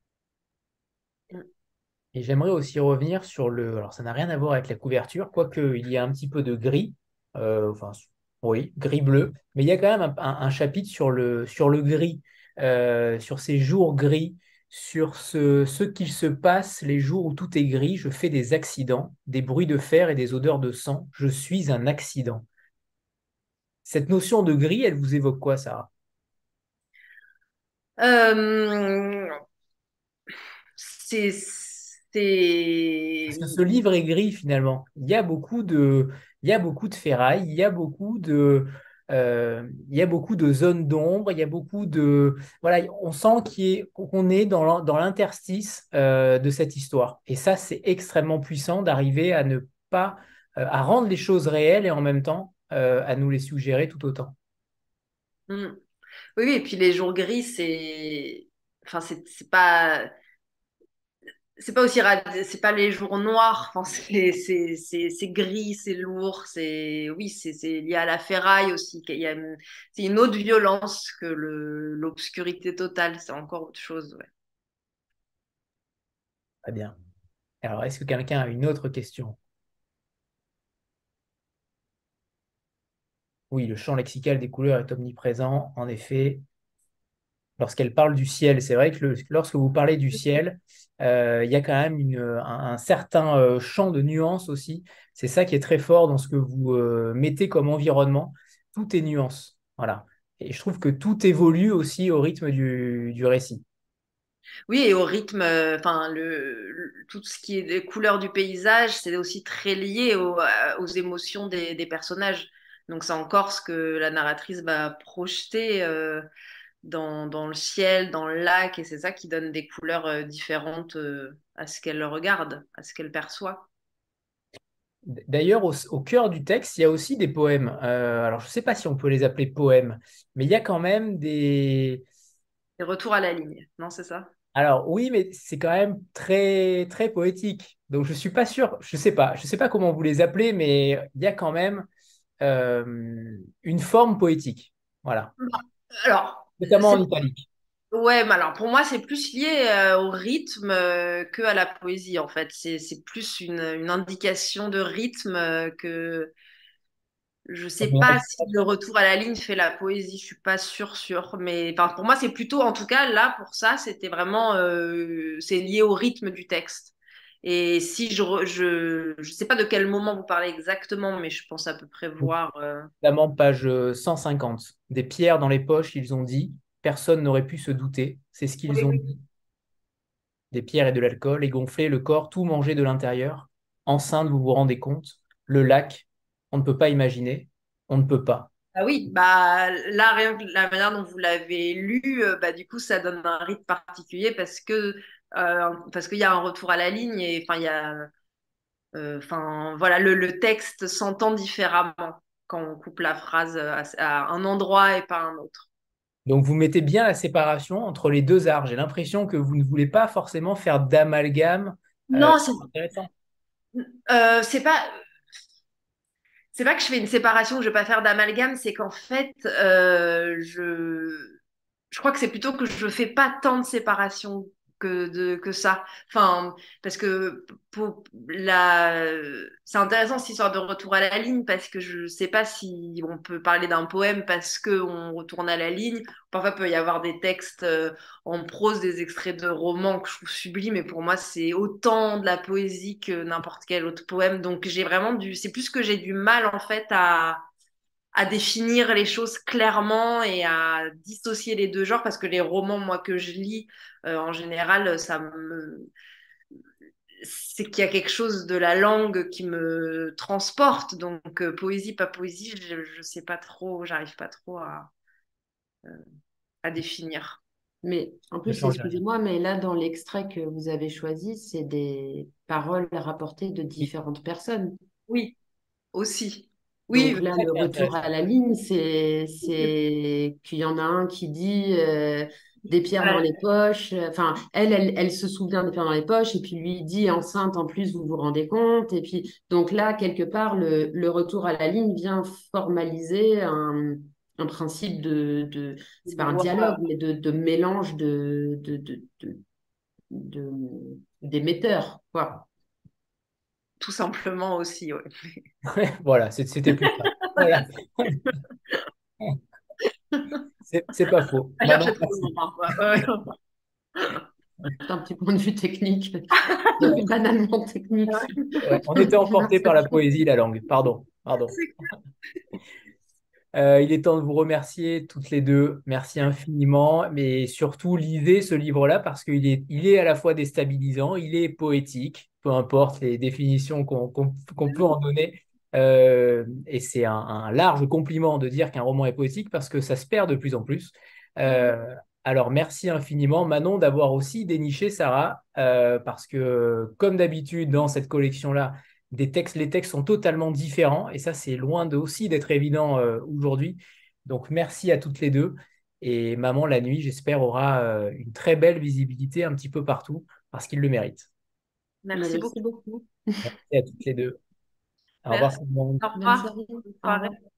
Et j'aimerais aussi revenir sur le... Alors, ça n'a rien à voir avec la couverture, quoique il y a un petit peu de gris, euh, enfin, oui, gris-bleu, mais il y a quand même un, un- un chapitre sur le, sur le gris, euh, sur ces jours gris, sur ce, ce qu'il se passe les jours où tout est gris. Je fais des accidents, des bruits de fer et des odeurs de sang. Je suis un accident. Cette notion de gris, elle vous évoque quoi, Sarah? Euh, c'est, c'est... Parce que ce livre est gris finalement. Il y a beaucoup de, il y a beaucoup de ferraille, il y a beaucoup de, euh, il y a beaucoup de zones d'ombre, il y a beaucoup de... Voilà, on sent qu'il est- qu'on est dans l'in- dans l'interstice euh, de cette histoire. Et ça, c'est extrêmement puissant d'arriver à ne pas... euh, à rendre les choses réelles et en même temps euh, à nous les suggérer tout autant. Mm. Oui, oui, et puis les jours gris, c'est, enfin, c'est c'est pas, c'est pas aussi, rad- c'est pas les jours noirs. Enfin, c'est c'est c'est c'est gris, c'est lourd, c'est, oui, c'est c'est lié à la ferraille aussi. qu'il y a une- C'est une autre violence que le l'obscurité totale. C'est encore autre chose. Ouais. Très bien. Alors, est-ce que quelqu'un a une autre question? Oui, le champ lexical des couleurs est omniprésent, en effet. Lorsqu'elle parle du ciel, c'est vrai que le- lorsque vous parlez du ciel, euh, il y a quand même une- un, un certain euh, champ de nuances aussi. C'est ça qui est très fort dans ce que vous euh, mettez comme environnement. Tout est nuance. Voilà. Et je trouve que tout évolue aussi au rythme du, du récit. Oui, et au rythme, euh, enfin, le, le- tout ce qui est des couleurs du paysage, c'est aussi très lié au- à- aux émotions des, des personnages. Donc, c'est encore ce que la narratrice va projeter euh, dans, dans le ciel, dans le lac, et c'est ça qui donne des couleurs euh, différentes euh, à ce qu'elle regarde, à ce qu'elle perçoit. D'ailleurs, au, au cœur du texte, il y a aussi des poèmes. Euh, alors, je ne sais pas si on peut les appeler poèmes, mais il y a quand même des... Et retour à la ligne, non, c'est ça? Alors oui, mais c'est quand même très très poétique. Donc je suis pas sûr, je sais pas, je sais pas comment vous les appelez, mais il y a quand même euh, une forme poétique. Voilà, Alors, notamment c'est en italique. ouais, mais alors pour moi, c'est plus lié euh, au rythme euh, que à la poésie, en fait. C'est, c'est plus une, une indication de rythme euh, que je sais pas si le retour à la ligne fait la poésie, je suis pas sûre, sûre. Mais enfin, pour moi, c'est plutôt, en tout cas, là, pour ça, c'était vraiment, euh, c'est lié au rythme du texte. Et si je, re- je, je sais pas de quel moment vous parlez exactement, mais je pense à peu près voir. euh, Notamment page cent cinquante. Des pierres dans les poches, ils ont dit. Personne n'aurait pu se douter. C'est ce qu'ils Oui, ont oui. dit. Des pierres et de l'alcool, et gonfler le corps, tout manger de l'intérieur. Enceinte, vous vous rendez compte? Le lac, on ne peut pas imaginer. On ne peut pas. Ah oui, bah là, rien que la manière dont vous l'avez lu, euh, bah du coup, ça donne un rythme particulier parce que euh, parce qu'il y a un retour à la ligne et enfin il y a euh, enfin voilà le, le texte s'entend différemment quand on coupe la phrase à, à un endroit et pas à un autre. Donc, vous mettez bien la séparation entre les deux arts. J'ai l'impression que vous ne voulez pas forcément faire d'amalgame. Euh, Non, c'est intéressant. euh, c'est pas c'est pas que je fais une séparation, je vais pas faire d'amalgame, c'est qu'en fait euh, je je crois que c'est plutôt que je fais pas tant de séparation que de que ça. Enfin, parce que pour la, c'est intéressant cette histoire de retour à la ligne parce que je sais pas si on peut parler d'un poème parce que on retourne à la ligne. Parfois, il peut y avoir des textes euh, en prose, des extraits de romans que je trouve sublimes, mais pour moi, c'est autant de la poésie que n'importe quel autre poème. Donc, j'ai vraiment du, c'est plus que j'ai du mal en fait à à définir les choses clairement et à dissocier les deux genres parce que les romans, moi, que je lis, euh, en général, ça me... c'est qu'il y a quelque chose de la langue qui me transporte. Donc, euh, poésie, pas poésie, je, je sais pas trop, j'arrive pas trop à, à définir. Mais en Ne plus, change rien. excusez-moi, mais là, dans l'extrait que vous avez choisi, c'est des paroles rapportées de Oui, différentes personnes. Oui, aussi. Oui, Donc là, très, le très retour à intéressant. la ligne, c'est c'est qu'il y en a un qui dit euh, des pierres dans voilà. les poches. Enfin, elle, elle, elle se souvient des pierres dans les poches, et puis lui il dit enceinte en plus, vous vous rendez compte. Et puis donc là, quelque part, le, le retour à la ligne vient formaliser un, un principe de, de c'est pas un dialogue, mais de, de mélange de, de, de, de, de- d'émetteurs, quoi. Tout simplement aussi, ouais. Voilà, c'est- c'était plus ça. Voilà, c'est c'est pas faux. À chercher Manon, trop loin merci. parfois. Ouais. C'est un petit point de vue technique, banalement technique. Ouais, on était emporté Merci. par la poésie, la langue. Pardon, pardon. Euh, il est temps de vous remercier toutes les deux. Merci infiniment. Mais surtout, lisez ce livre-là parce qu'il est, il est à la fois déstabilisant, il est poétique, peu importe les définitions qu'on qu'on- qu'on peut en donner. Euh, et c'est un, un large compliment de dire qu'un roman est poétique parce que ça se perd de plus en plus. Euh, alors, merci infiniment, Manon, d'avoir aussi déniché Sarah, euh, parce que, comme d'habitude, dans cette collection-là, des textes, les textes sont totalement différents, et ça, c'est loin de, aussi d'être évident euh, aujourd'hui. Donc, merci à toutes les deux. Et Maman la nuit, j'espère, aura euh, une très belle visibilité un petit peu partout, parce qu'il le mérite. Merci Merci beaucoup. beaucoup. Merci à toutes les deux. Au revoir, Merci. Simone. Au Bonne revoir. soirée. Bonne Au soirée. revoir.